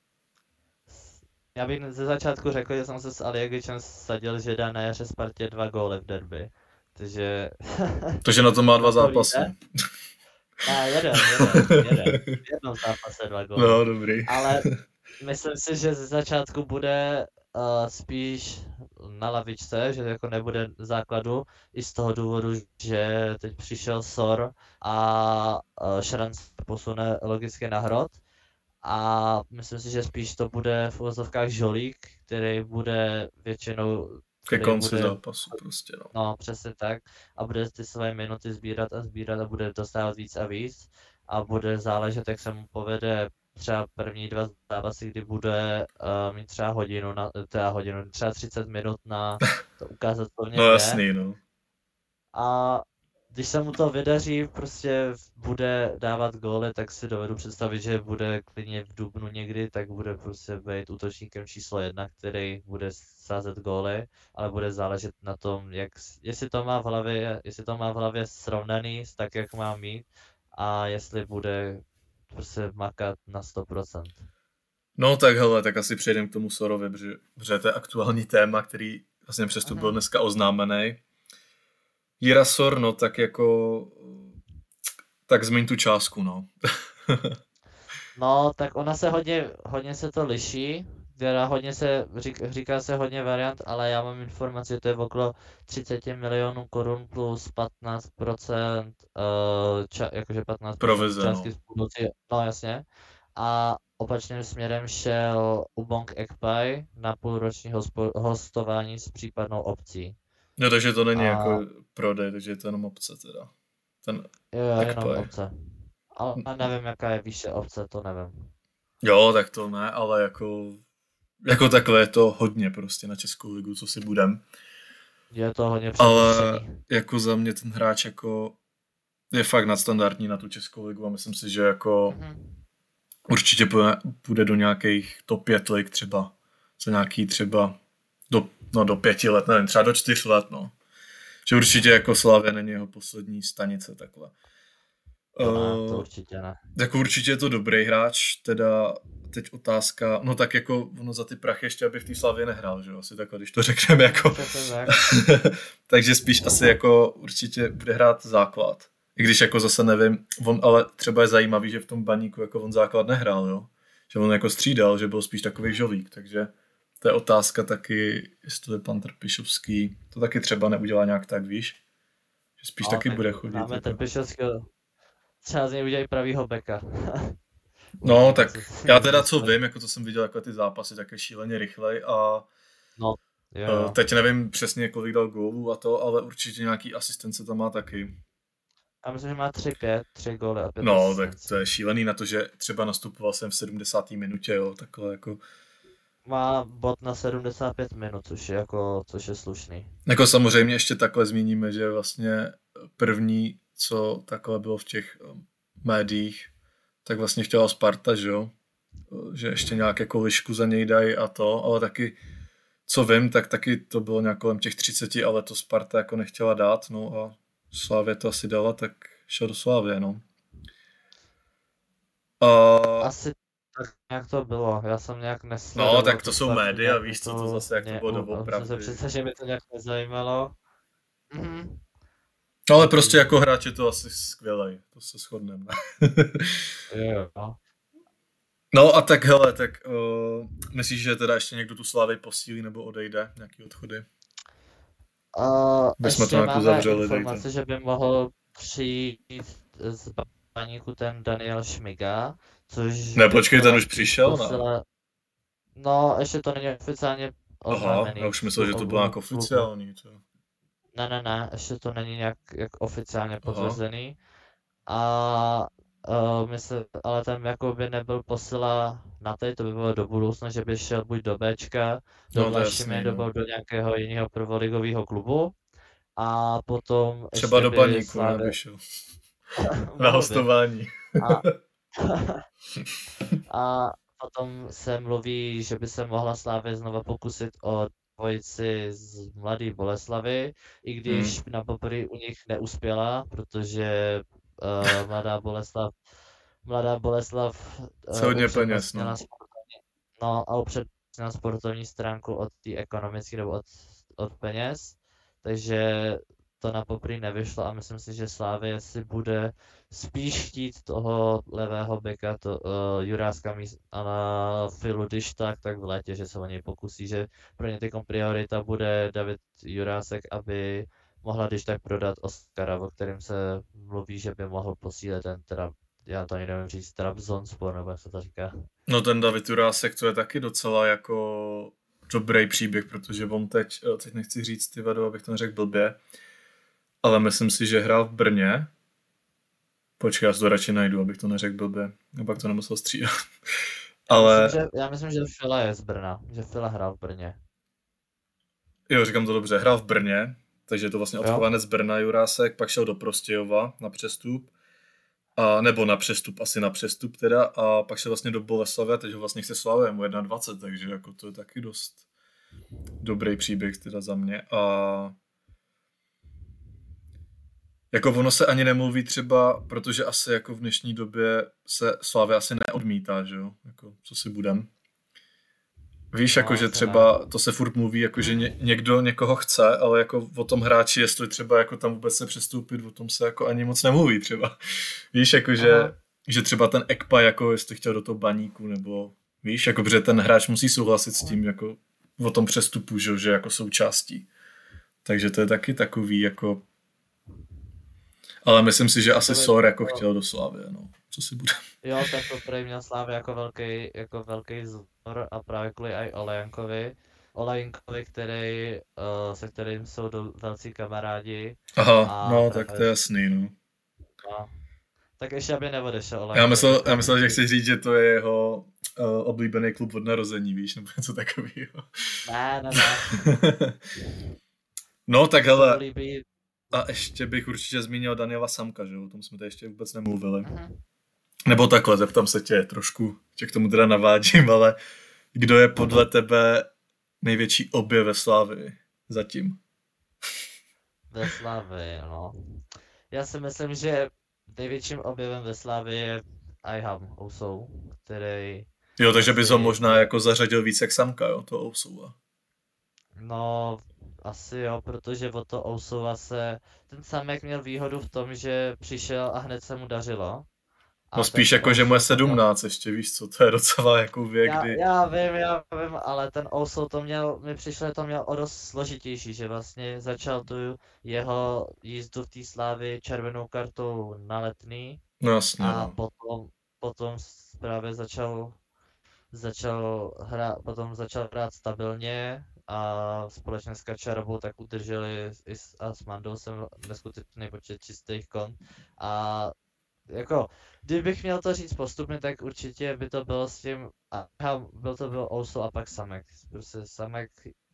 Já bych ze začátku řekl, že jsem se s Aljagičem sadil, že dá na jaře Spartě dva góly v derby. Takže... Takže na to má dva zápasy. Ne, jeden, jeden, jeden. V jednom zápase dva góly. No, dobrý. Ale myslím si, že ze začátku bude uh, spíš na lavičce, že jako nebude základu, i z toho důvodu, že teď přišel Sor a uh, Šranc posune logicky na hrot. A myslím si, že spíš to bude v uvozovkách Žolík, který bude většinou... Ke konci bude, zápasu prostě, no. No, přesně tak. A bude ty své minuty sbírat a sbírat a bude dostávat víc a víc. A bude záležet, jak se mu povede třeba první dva zápasy, kdy bude uh, mít třeba hodinu, na, teda hodinu, třeba třicet minut na to ukázat, co v něm No je. jasný, no. A když se mu to vydaří, prostě bude dávat góly, tak si dovedu představit, že bude klidně v dubnu někdy, tak bude prostě být útočníkem číslo jedna, který bude sázet góly, ale bude záležet na tom, jak, jestli to má v hlavě, jestli to má v hlavě srovnaný, tak jak má mít, a jestli bude prostě makat na sto procent. No tak hele, tak asi přejdeme k tomu Sorovi, protože, protože to je aktuální téma, který vlastně přesto byl dneska oznámený. Jira Sor, no tak jako, tak zmiň tu částku, no. No, tak ona se hodně, hodně se to liší, teda hodně se, řík, říká se hodně variant, ale já mám informaci, že to je okolo třicet milionů korun plus patnáct procent, uh, ča, jakože patnáct procent provize, částky no. z budoucí, no jasně. A opačným směrem šel Ubong Ekpai na půlroční hospo, hostování s případnou opcí. No takže to není A... jako prodej, takže je to jenom opce teda. Ten jo, jenom Ekpai. opce. Ale nevím, jaká je výše opce, to nevím. Jo, tak to ne, ale jako, jako takhle je to hodně prostě na Českou ligu, co si budem. Je to hodně ale přepuštěný. jako za mě ten hráč jako je fakt nadstandardní na tu Českou ligu a myslím si, že jako Mhm. určitě půjde, půjde do nějakých top pět lig třeba, za nějaký třeba do, no do pěti let, nevím, třeba do čtyř let, no. Že určitě jako Slavia není jeho poslední stanice takhle. To ne, Uh, to určitě ne. Jako určitě je to dobrý hráč, teda teď otázka, no tak jako ono za ty prachy ještě, aby v té Slavii nehrál, že jo, asi takhle, když to řekneme jako. Tak. Takže spíš asi jako určitě bude hrát základ. I když jako zase nevím, on ale třeba je zajímavý, že v tom Baníku jako on základ nehrál, jo. Že on jako střídal, že byl spíš takový žolík, takže to je otázka taky, jestli to je pan Trpišovský, to taky třeba neudělá nějak tak, víš? Že spíš No, taky tak bude chodit. Máme Jako. Trpišovského, třeba z něj udělají pravýho beka. No, tak já teda co vím, jako co jsem viděl jako ty zápasy, tak je šíleně rychlej a no, jo. teď nevím přesně, kolik dal gólů a to, ale určitě nějaký asistence tam má taky. Já myslím, že má tři pět, tři góly a pět No, asistencí. tak to je šílený na to, že třeba nastupoval jsem v sedmdesáté minutě, jo, takhle jako. Má bod na sedmdesát pět minut, což je jako, což je slušný. Jako samozřejmě ještě takhle zmíníme, že vlastně první, co takhle bylo v těch médiích, tak vlastně chtěla Sparta, že jo, že ještě nějak jako lišku za něj dají a to, ale taky, co vím, tak taky to bylo nějak kolem těch třiceti, ale to Sparta jako nechtěla dát, no a Slavě to asi dala, tak šel do Slavie, no. A... Asi tak nějak to bylo, já jsem nějak nesledoval. No, tak to jsou média, víš co, to zase jak to bylo doopravdy. Jsem se přece, že mi to nějak nezajímalo. Mhm. No, ale prostě jako hráč je to asi skvělej, to se shodneme. Jo, jo. No a tak hele, tak uh, myslíš, že teda ještě někdo tu Slavii posílí nebo odejde, nějaký odchody? Uh, Bychom ještě to nějak máme uzavřeli, informace, že by mohl přijít z Baníku ten Daniel Šmiga, což Ne, by počkej, ten byla už přišel, ne? posila... No, ještě to není oficiálně Aha, já oznámený už myslel, že to bylo u nějak klubu. oficiální. To. Ne, ne, ne, ještě to není nějak jak oficiálně Aha, potvrzený. A uh, myslím, ale ten jako by nebyl posila na teď, to by bylo do budoucna, že by šel buď do Bčka, do no to je Vlašimi, jasný, no. nebo do nějakého jiného prvoligového klubu. A potom Třeba ještě do by Baníku, ne, Slávě... by šel. Na Mohl by. hostování. A... a potom se mluví, že by se mohla Slávě znova pokusit o dvojici z Mladé Boleslavy, i když Hmm. na poprvé u nich neuspěla, protože uh, Mladá Boleslav Mladá Boleslav Co uh, hodně peněz, upřednostnila no. sportovní, no a upřednostnila sportovní stránku od té ekonomické nebo od, od peněz, takže to na poprvé nevyšlo a myslím si, že Slavia si bude spíš chtít toho levého beka, to uh, Juráska míst, a na Filu, když tak, tak v létě, že se o něj pokusí, že pro ně tykom priorita bude David Jurásek, aby mohla když tak prodat Oscara, o kterém se mluví, že by mohl posílit ten teda, já to ani nevím říct, Trabzonspor, nebo jak se to říká. No ten David Jurásek, to je taky docela jako dobrý příběh, protože on teď, teď nechci říct ty vado, abych to neřekl blbě, ale myslím si, že hrál v Brně. Počkej, já si to radši najdu, abych to neřekl blbě, a pak to nemusel střídat. Ale... Myslím, že, já myslím, že Fila je z Brna, že Fila hrál v Brně. Jo, říkám to dobře, hrál v Brně, takže je to vlastně odchovanec Brna Jurásek, pak šel do Prostějova na přestup, a, nebo na přestup, asi na přestup teda, a pak šel vlastně do Boleslavy, teď ho vlastně chce Slavě, mu dvacet jedna, takže jako to je taky dost dobrý příběh teda za mě. A jako ono se ani nemluví třeba, protože asi jako v dnešní době se Slavě asi neodmítá, že jo, jako co si budem. Víš, No, jako, že to třeba ne. to se furt mluví, jako, že ně, někdo někoho chce, ale jako o tom hráči, jestli třeba jako tam vůbec se přestoupit, o tom se jako ani moc nemluví třeba. Víš, jako, že, že třeba ten Ekpa, jako jestli chtěl do toho Baníku, nebo víš, jako, protože ten hráč musí souhlasit s tím, jako o tom přestupu, že, že jako součástí. Takže to je taky takový, jako... Ale myslím si, že asi Sor jako chtěl do Slavie, no. Co si bude. Jo, ten to prý měl Slávě jako velký, jako velký vzor a právě kvůli aj Olejankovi. Olejinkovi, který, uh, se kterým jsou do velcí kamarádi. Aha, a no, právě, tak to je jasný, no. no. Tak ještě aby neodešel Olejinkovi. Já myslel, já myslel, že chci říct, že to je jeho uh, oblíbený klub od narození, víš, nebo něco takového. Ne, ne, ne. No, tak hele, a ještě bych určitě zmínil Daniela Samka, že o tom jsme tady ještě vůbec nemluvili. Uh-huh. Nebo takhle, zeptám se tě trošku, tě k tomu teda navádím, ale kdo je podle tebe největší objev ve Slavii zatím? Ve Slavii, no. Já si myslím, že největším objevem ve Slavii je Ayham Ousou, který... Jo, takže bys ho možná jako zařadil víc jak Samka, jo, to Ousouva. No, asi jo, protože o to Ousouva se... Ten Samek měl výhodu v tom, že přišel a hned se mu dařilo. A no spíš jako, že mu je sedmnáct měl... ještě, víš co, to je docela jako věk, já, kdy... Já vím, já vím, ale ten Ousou to měl, mi přišlo, že to měl o dost složitější, že vlastně začal tu jeho jízdu v té Slávy červenou kartou na Letný. No jasně, a no. potom, potom právě začal, začal hrát, potom začal hrát stabilně a společně s Kačarabou tak udrželi i s, a s Mandou jsem neskutečný počet čistých kont a jako, kdybych měl to říct postupně, tak určitě by to bylo s tím, a byl to byl Ousou a pak Samek, prostě Samek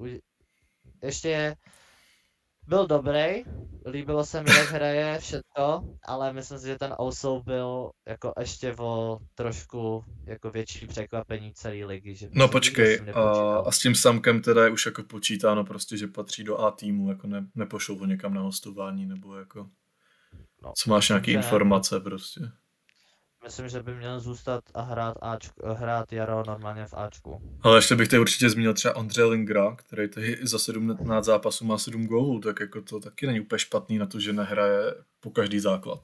ještě byl dobrý, líbilo se mi, jak hraje všechno, ale myslím si, že ten Ousou byl jako ještě o trošku jako větší překvapení celé ligy. Že no počkej, a, a s tím Samkem teda je už jako počítáno prostě, že patří do A týmu, jako ne, nepošlou ho někam na hostování, nebo jako, no, co máš nějaký informace ne. prostě? Myslím, že by měl zůstat a hrát, Ačku, hrát jaro normálně v Ačku. Ale ještě bych tady určitě zmínil třeba Ondřeje Lingra, který tady za sedmnáct zápasů má sedm gólů, tak jako to taky není úplně špatný na to, že nehraje po každý základ.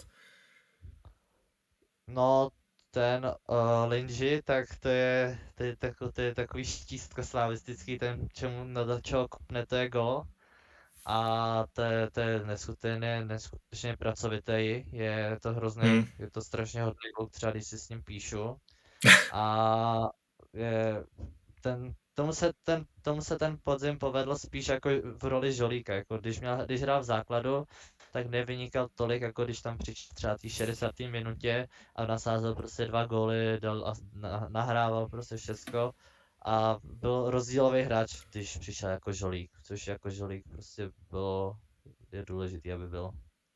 No, ten uh, Linži, tak to je, to je, tako, to je takový štístko slavistický, ten čemu na čeho kopne, to je gól. a to je, to je neskutečně, neskutečně pracovitý, je to hrozný, Hmm. je to strašně hodný kluk, třeba když si s ním píšu. A je, ten, tomu, se ten, tomu se ten podzim povedl spíš jako v roli žolíka, jako když, měl, když hrál v základu, tak nevynikal tolik, jako když tam přišel třeba té šedesáté minutě a nasázel prostě dva góly, dal a na, nahrával prostě všecko a byl rozdílový hráč, když přišel jako žolík, což jako žolík prostě bylo, je důležitý, aby bylo.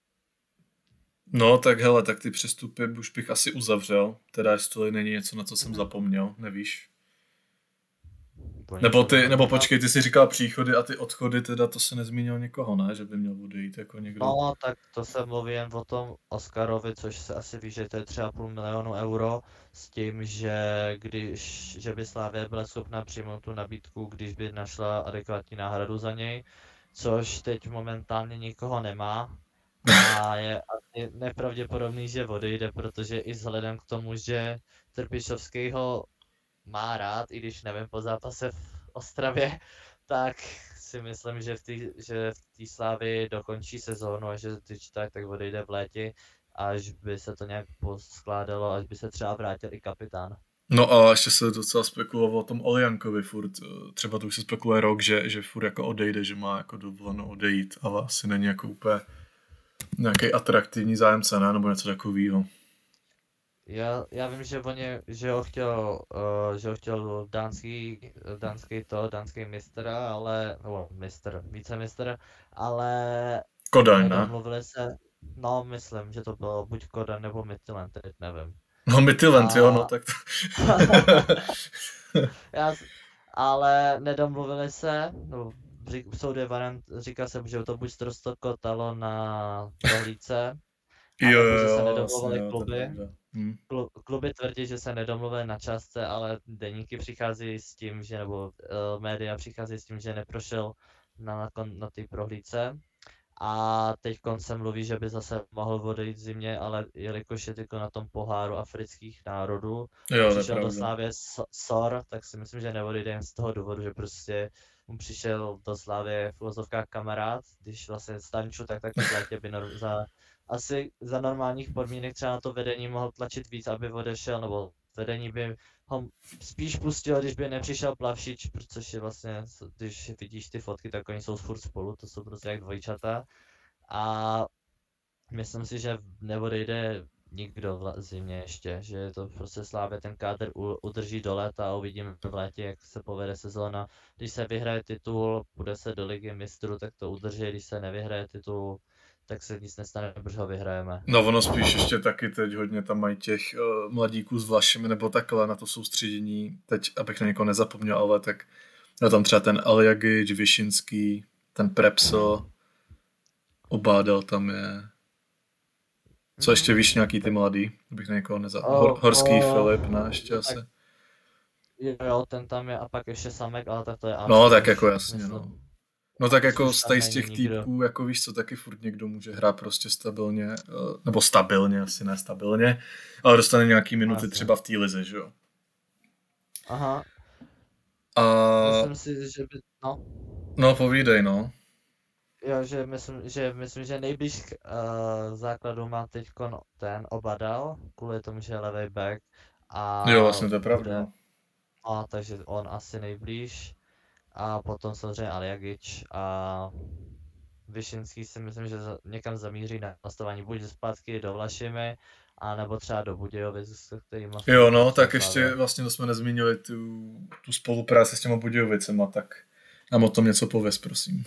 No tak hele, tak ty přestupy už bych asi uzavřel, teda jestli není něco, na co jsem Mhm. zapomněl, nevíš? Po Nebo něčem ty, jenom nebo tam- počkej, ty jsi říkal příchody a ty odchody, teda to se nezmínil někoho, ne? Že by měl odejít jako někdo. No, tak to se mluví jen o tom Oscarovi, což se asi ví, že to je třeba půl milionu euro, s tím, že když, že by Slavia byla schopna přijmout tu nabídku, když by našla adekvátní náhradu za něj, což teď momentálně nikoho nemá a je asi nepravděpodobný, že odejde, protože i vzhledem k tomu, že Trpišovský ho má rád, i když nevím po zápase v Ostravě, tak si myslím, že v té že v té Slávii dokončí sezónu a že když tak, tak odejde v létě, až by se to nějak poskládalo, až by se třeba vrátil i kapitán. No a ještě se docela spekulovalo o tom Oliankovi furt, eh, třeba to už se spekuluje rok, že, že furt jako odejde, že má jako dovolenou odejít, ale asi není jako úplně nějaký atraktivní zájemce, ne? Nebo něco takového. Já, já vím, že oni, že ho chtěl, uh, že ho chtěl dánský, dánský to, dánský mistr, ale, nebo mistr, vícemistr, ale Kodaň, ne? nedomluvili se, no myslím, že to bylo buď Kodaň nebo Midtjylland, teď nevím. No Midtjylland, A- jo, no tak to... Já, s- ale nedomluvili se, no, řík, jsou dvě variant, říká se, že to buď ztroskotalo na prohlídce, jo, anebo jo, že se jo, nedomluvili vlastně, jo, to kluby. je pravda. Hm. Klu, kluby tvrdí, že se nedomluvili na částce, ale deníky přichází s tím, že, nebo uh, média přichází s tím, že neprošel na, na, kon- na té prohlídce. A teď se mluví, že by zase mohl odejít v zimě, ale jelikož je teďko na tom poháru afrických národů, Jo, to je přišel do pravda. Slávě S- Sor, tak si myslím, že neodejde jen z toho důvodu, že prostě mu přišel do Slávě v uvozovkách kamarád, když vlastně Stanču, tak taky v létě by nor- za, asi za normálních podmínek třeba na to vedení mohl tlačit víc, aby odešel, nebo vedení by ho spíš pustil, když by nepřišel Plavšič, což je vlastně, když vidíš ty fotky, tak oni jsou furt spolu, to jsou prostě jak dvojčata. A myslím si, že neodejde nikdo v zimě ještě, že to prostě Slávě ten kádr udrží do léta a uvidíme v létě, jak se povede sezóna. Když se vyhraje titul, půjde se do ligy mistrů, tak to udrží, když se nevyhraje titul, tak se nic nestane, protože ho vyhrajeme. No ono spíš ještě taky teď hodně tam mají těch uh, mladíků s Vlašemi nebo takhle na to soustředění, teď abych na někoho nezapomněl, ale tak no tam třeba ten Aljagič, Višinský, ten Prepso, Obádal tam je. Co ještě víš nějaký ty mladý, abych na někoho nezapomněl. Hor, Horský oh, Filip, ne, ještě no, asi. tak, jo, ten tam je a pak ještě Samek, ale tak to je No tak jako jasně, no. No tak jako Už z tam tady z není těch nikdo. týpků, jako víš co, taky furt někdo může hrát prostě stabilně, nebo stabilně, asi ne stabilně, ale dostane nějaký minuty Asi. třeba v té lize, že jo. Aha, A... myslím si, že by, no, No povídej, no. jo, že myslím, že myslím, že nejblíž k uh, základu má teď ten Obadal, kvůli tomu, že je levý back a Jo, vlastně to je bude, pravda. a takže on asi nejblíž a potom samozřejmě Aljagič a Višinský si myslím, že za, někam zamíří na nastavání buď zpátky do Vlašimi, a nebo třeba do Budějovic, s kterým Jo, no, tak ještě vlastně to jsme nezmínili tu, tu spolupráci s těma Budějovicema, tak nám o tom něco pověz, prosím.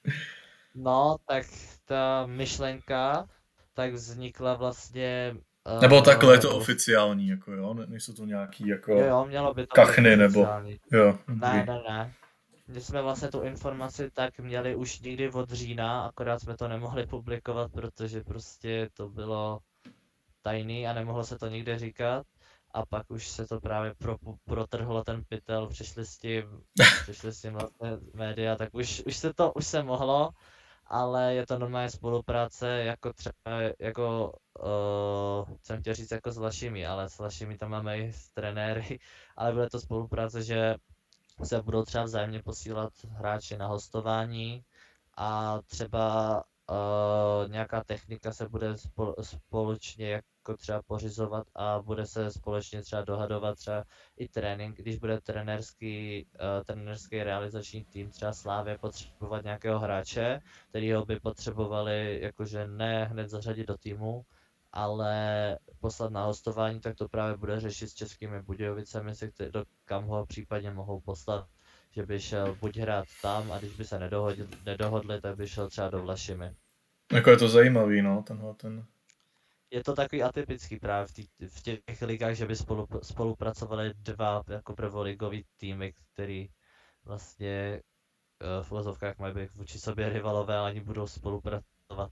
No, tak ta myšlenka tak vznikla vlastně... Uh, nebo takhle je to oficiální, jako jo, ne, nejsou to nějaký jako jo, jo, mělo by to kachny, nebo jo. Ne, ne, ne. My jsme vlastně tu informaci tak měli už někdy od října, akorát jsme to nemohli publikovat, protože prostě to bylo tajný a nemohlo se to nikde říkat. A pak už se to právě pro, protrhlo ten pytel, přišli s tím, přišli s tím vlastně média, tak už, už se to, už se mohlo, ale je to normálně spolupráce, jako třeba, jako, uh, jsem chtěl říct jako s Vlašimi, ale s Vlašimi tam máme i trenéry, ale bude to spolupráce, že se budou třeba vzájemně posílat hráči na hostování a třeba uh, nějaká technika se bude spol- společně jako třeba pořizovat a bude se společně třeba dohadovat třeba i trénink, když bude trenérský, uh, trenérský realizační tým třeba Slávě potřebovat nějakého hráče, kterýho by potřebovali jakože ne hned zařadit do týmu, ale poslat na hostování, tak to právě bude řešit s Českými Budějovicemi, se který, do, kam ho případně mohou poslat, že by šel buď hrát tam, a když by se nedohodli, nedohodli tak by šel třeba do Vlašimi. Jako je to zajímavý, no, tenhle ten... Je to takový atypický právě v, tý, v těch ligách, že by spolu, spolupracovali dva jako prvoligový týmy, který vlastně uh, v uvozovkách mají být vůči sobě rivalové, a oni budou spolupracovat.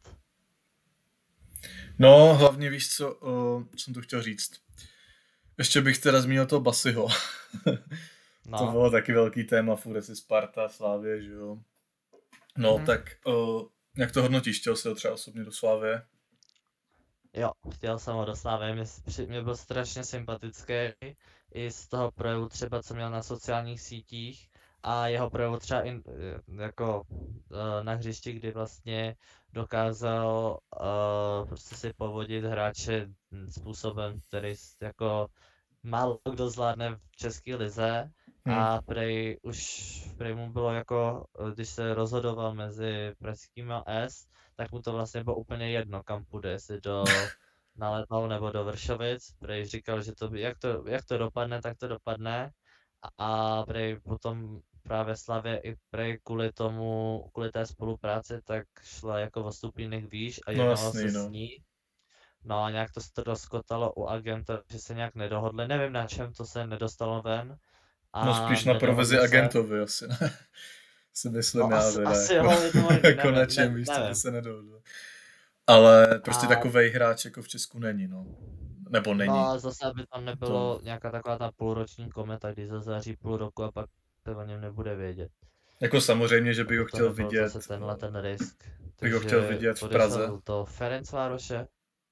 No, hlavně víš co, uh, jsem to chtěl říct. Ještě bych teda zmínil toho Basiho. No. To bylo taky velký téma, furt si Sparta, Slávě, že jo. No, hmm. tak uh, jak to hodnotíš? Chtěl jsi ho třeba osobně do Slávě? Jo, chtěl jsem ho do Slávy, mě, mě byl strašně sympatický i z toho projevu třeba, co měl na sociálních sítích, a jeho projevu třeba in, jako uh, na hřišti, kdy vlastně dokázal uh, prostě si povodit hráče způsobem, který jako málo kdo zvládne v české lize. Hmm. A prej už prej mu bylo jako, když se rozhodoval mezi Pražským a S, tak mu to vlastně bylo úplně jedno, kam půjde, jestli do na Letnou nebo do Vršovic. Prej říkal, že to by, jak to, jak to dopadne, tak to dopadne. A, a prej potom právě Slavě i prej kvůli tomu, kvůli té spolupráci, tak šla jako o stupínek výš a jednalo no, se no. s ní. No a nějak to se rozkotalo u agenta, že se nějak nedohodli, nevím na čem, to se nedostalo ven. A no spíš na provizi agentovi asi, ne? Si myslím no, já asi, teda, asi jako, jako, jako na čem, víš, co by se nedohodlo. Ale prostě a... takovej hráč jako v Česku není, no. Nebo není. No a zase, aby tam nebylo to... nějaká taková ta půlroční kometa, kdy zazáří půl roku a pak se o něm nebude vědět. Jako samozřejmě, že bych ho chtěl vidět. Zase tenhle ten risk. Bych ho chtěl vidět v Praze. To Ferencvároše.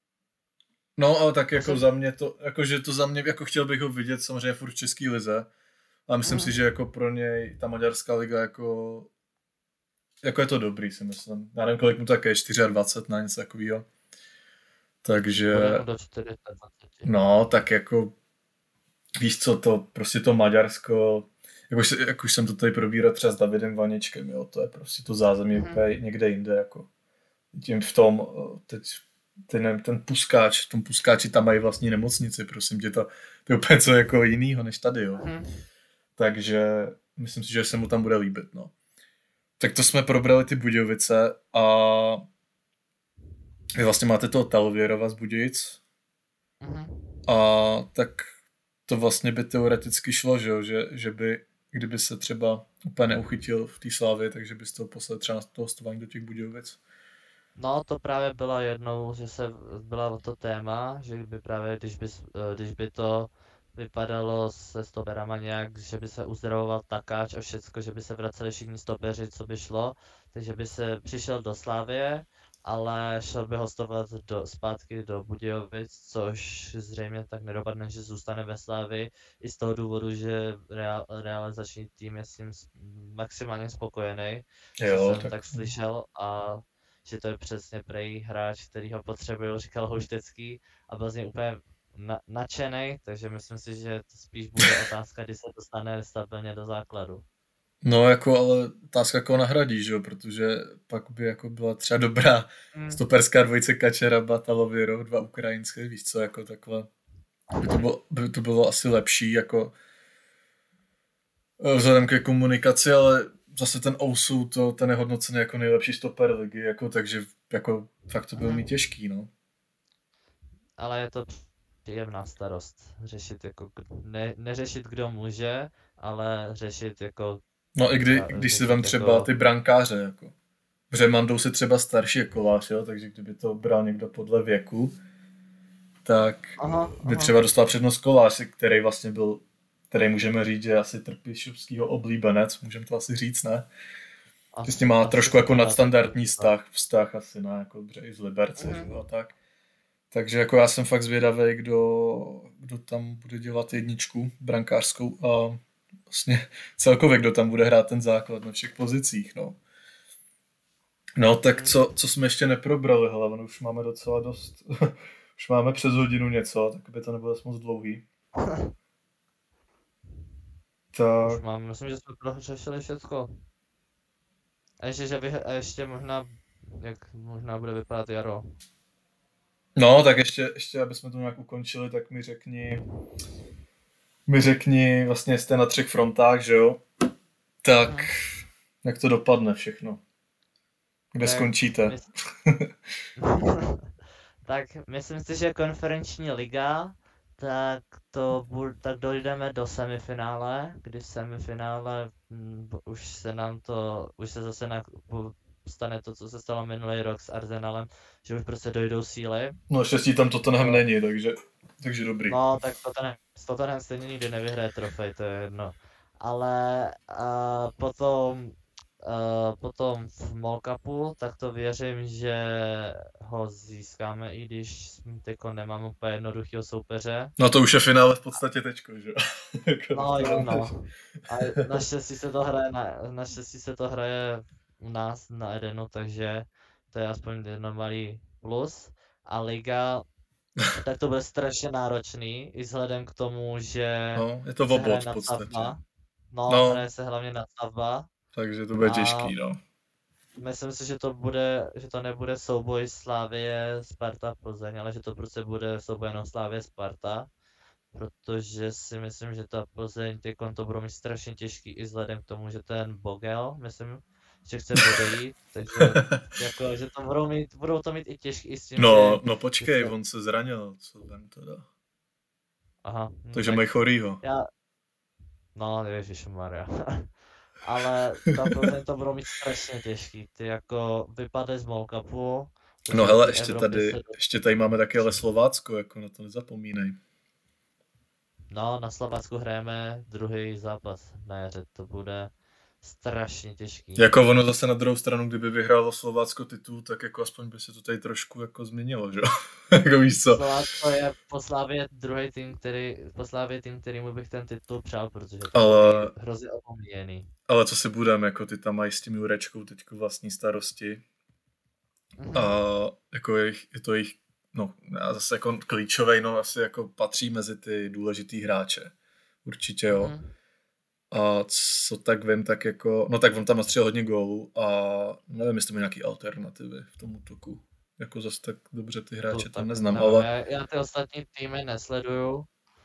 No, ale tak jako jsem... za mě to, jako že to za mě, jako chtěl bych ho vidět samozřejmě furt v české lize. A myslím mm. si, že jako pro něj ta maďarská liga jako, jako je to dobrý, si myslím. Já nevím, kolik mu tak je, dvacet čtyři na něco takového. Takže, no, tak jako, víš co, to, prostě to Maďarsko, jak už, jak už jsem to tady probíral třeba s Davidem Vaněčkem, jo, to je prostě to zázemí mm. úplně někde jinde, jako. Tím v tom, teď, ten, ten puskáč, v tom puskáči tam mají vlastní nemocnici, prosím tě, to, to je úplně co jako jinýho než tady, jo. Mm. Takže myslím si, že se mu tam bude líbit, no. Tak to jsme probrali ty Budějovice a vy vlastně máte toho Talvěrova z Budějic. Mm-hmm. A tak to vlastně by teoreticky šlo, že, že, že by, kdyby se třeba úplně neuchytil v té Slávě, takže bys to poslal třeba na to hostování do těch Budějovic. No to právě byla jednou, že se byla to téma, že by právě, když by, když by to vypadalo se stoperama nějak, že by se uzdravoval Takáč a všecko, že by se vraceli všichni stopeři, co by šlo, takže by se přišel do Slavie, ale šel by hostovat do, zpátky do Budějovic, což zřejmě tak nedopadne, že zůstane ve Slavii, i z toho důvodu, že real, realizační tým je s tím maximálně spokojený, jo, jsem tak... tak slyšel, a že to je přesně prej hráč, který ho potřebuje, říkal Houštecký, a byl z něj úplně na, nadšenej, takže myslím si, že to spíš bude otázka, kdy se dostane stabilně do základu. No jako, ale otázka, jako nahradí, že jo, protože pak by jako byla třeba dobrá mm. stoperská dvojice Kačera, Batalově, dva ukrajinské, víš co, jako takhle, by to bylo, by to bylo asi lepší, jako vzhledem ke komunikaci, ale zase ten Ousu, to, ten je hodnocený jako nejlepší stoper ligy, jako, takže jako fakt to bylo mm. mít těžký, no. Ale je to příjemná starost, řešit jako, ne, neřešit kdo může, ale řešit jako... No i kdy, když si vem třeba jako... ty brankáře, jako. Protože Mandou se třeba starší je Kolář, jo, takže kdyby to bral někdo podle věku, tak aha, by aha. třeba dostal přednost Kolář, který vlastně byl, který můžeme říct, že je asi Trpišovskýho oblíbenec, můžeme to asi říct, ne? Že s tím má trošku jako nadstandardní vztah, vztah asi, ne, jako dobře i z Liberce, mm. a tak. Takže jako já jsem fakt zvědavý, kdo, kdo tam bude dělat jedničku brankářskou a vlastně celkově, kdo tam bude hrát ten základ na všech pozicích, no. No tak co, co jsme ještě neprobrali, hele, ono už máme docela dost, už máme přes hodinu něco, tak by to nebylo moc dlouhý. Už Tak, mám, myslím, že jsme prořešili všecko. A ještě, že vy, a ještě možná, jak možná bude vypadat jaro. no tak ještě, ještě, aby jsme to nějak ukončili, tak mi řekni, mi řekni, vlastně jste na třech frontách, že jo? Tak, Mhm. jak to dopadne všechno? Kde Tak skončíte? mys- tak myslím si, že konferenční liga, tak to bu- tak dojdeme do semifinále, kdy v semifinále mm, b- už se nám to, už se zase na, bu- stane to, co se stalo minulý rok s Arsenalem, že už prostě dojdou síly. No štěstí tam Tottenham No. není, takže, takže dobrý. No, tak Tottenham, s Tottenham stejně nikdy nevyhraje trofej, to je jedno. Ale uh, potom, uh, potom v Mall Cupu, tak to věřím, že ho získáme, i když teďko nemám úplně jednoduchého soupeře. No to už je finále v podstatě tečko, že jo? Jako No to- jo, no. A naštěstí se to hraje, na, naštěstí se to hraje u nás na Edenu, takže to je aspoň jedno malý plus. A liga, tak to bude strašně náročný, i vzhledem k tomu, že No, je to se hraje obod v podstatě. nadstavba. No, No. hraje se hlavně nadstavba. Takže to bude A- těžký, no. Myslím si, že to bude, že to nebude souboj Slavie, Sparta, Plzeň, ale že to prostě bude souboj jenom Slavie, Sparta. Protože si myslím, že ta Plzeň teďkon to budou mít strašně těžký i vzhledem k tomu, že ten Bogel, myslím, že chce odejít, takže jako, že to budou mít, budou to mít i těžký i s tím, No, že... no počkej, že to- on se zranil, co vem teda. Aha, no Takže tak mají chorýho. já... No, ježišmarja. Ale ta Plzeň to budou mít strašně těžký, ty jako vypadly z Mall Cupu. No takže hele, ty ještě Evropy tady, se do- ještě tady máme taky ale Slovácko, jako na to nezapomínej. No, na Slovácku hrajeme druhý zápas na jaře, to bude strašně těžký. Jako ono zase na druhou stranu, kdyby vyhrálo Slovácko titul, tak jako aspoň by se to tady trošku jako změnilo, že jo? Jako víš co? Slovácko je po Slavě druhý tým, který, po Slavě tým, kterýmu bych ten titul přál, protože to Ale- je hrozně opomíjený. Ale co si budem, jako ty tam mají s tím Jurečkou teďko vlastní starosti. Mhm. A jako je, je to jejich, no a zase jako klíčovej, no asi jako patří mezi ty důležitý hráče. Určitě jo. Mhm. A co tak vím, tak jako, no tak on tam nastřelil hodně gólů a nevím, jestli má nějaký alternativy v tom útoku. Jako zase tak dobře ty hráče To tam tak neznám, nevím, ale... Já, já ty ostatní týmy nesleduju,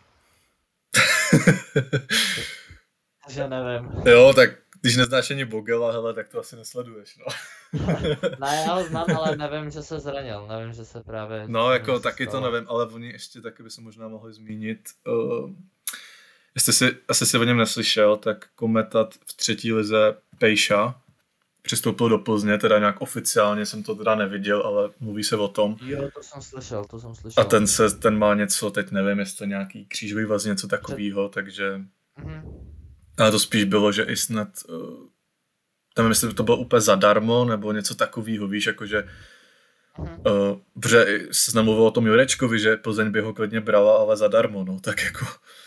takže nevím. Jo, tak když neznáš ani Bogela, hele, tak to asi nesleduješ, no. Ne, já ho znám, ale nevím, že se zranil, nevím, že se právě... No, nevím, jako co se taky to stalo. nevím, ale oni ještě taky by se možná mohli zmínit. Uh, jestli si, asi si o něm neslyšel, tak kometat v třetí lize Pejša přistoupil do Plzně, teda nějak oficiálně jsem to teda neviděl, ale mluví se o tom. Jo, to jsem slyšel, to jsem slyšel. A ten se, ten má něco, teď nevím, jestli to nějaký křížový vaz, něco takového, takže... Mhm. Ale to spíš bylo, že i snad... Uh, tam myslím, že to bylo úplně zadarmo, nebo něco takového, víš, jakože... Mhm. Uh, protože se namluvil o tom Jurečkovi, že Plzeň by ho klidně brala, ale zadarmo, no, tak jako...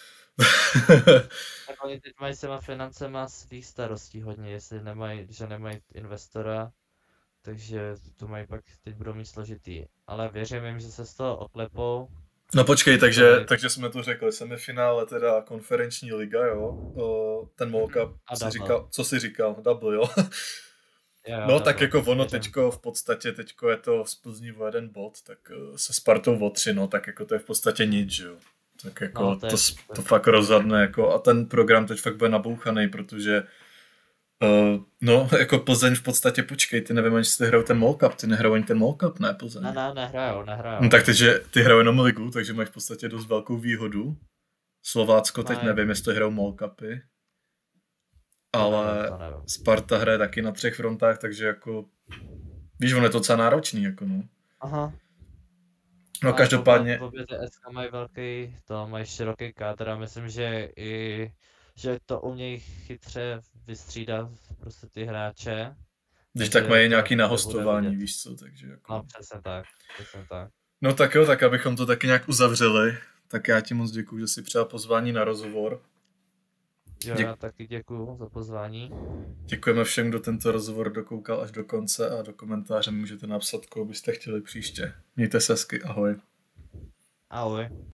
Tak oni teď mají s těma financema svých starostí hodně, jestli nemají, že nemají investora, takže to mají pak, teď budou mít složitý. Ale věřím jim, že se z toho oklepou. No počkej, takže, Dobrý. takže jsme to řekli, semifinále teda konferenční liga, jo, uh, ten Mall Cup, A si double. říkal, co jsi říkal, double, jo. Jo, No double, tak jako ono věřím. teďko v podstatě, teďko je to z Plzní o jeden bod, tak uh, se Spartou o tři, no, tak jako to je v podstatě nic, že jo. Tak jako No, to, to je- to, s- to to je- fakt rozhodne, jako a ten program teď fakt bude nabouchaný, protože uh, no, jako Plzeň v podstatě, počkej, ty nevím, ani jestli hrajou ten Mall Cup, ty nehrajou ani ten Mall Cup, ne Plzeň. Ne, ne, nehrajou, nehrajou. No tak takže ty hrajou jenom ligu, takže mají v podstatě dost velkou výhodu. Slovácko teď Mají. nevím, jestli hrajou Mall Cupy, To ale nevím, to nevím. Sparta hraje taky na třech frontách, takže jako víš, on je to docela náročný, jako no. Aha. No Ale každopádně, Obě, obě ty S K mají velký, to mají široký kádr a myslím, že i, že to umějí chytře vystřídat prostě ty hráče. když takže tak mají to- nějaký to bude nahostování, vidět. víš co, takže jako. No přesně tak, přesně tak. No tak jo, tak abychom to taky nějak uzavřeli, tak já ti moc děkuju, že jsi přijal pozvání na rozhovor. Jo, Děk- já taky děkuju za pozvání. Děkujeme všem, kdo tento rozhovor dokoukal až do konce a do komentáře můžete napsat, koho byste chtěli příště. Mějte se hezky, ahoj. Ahoj.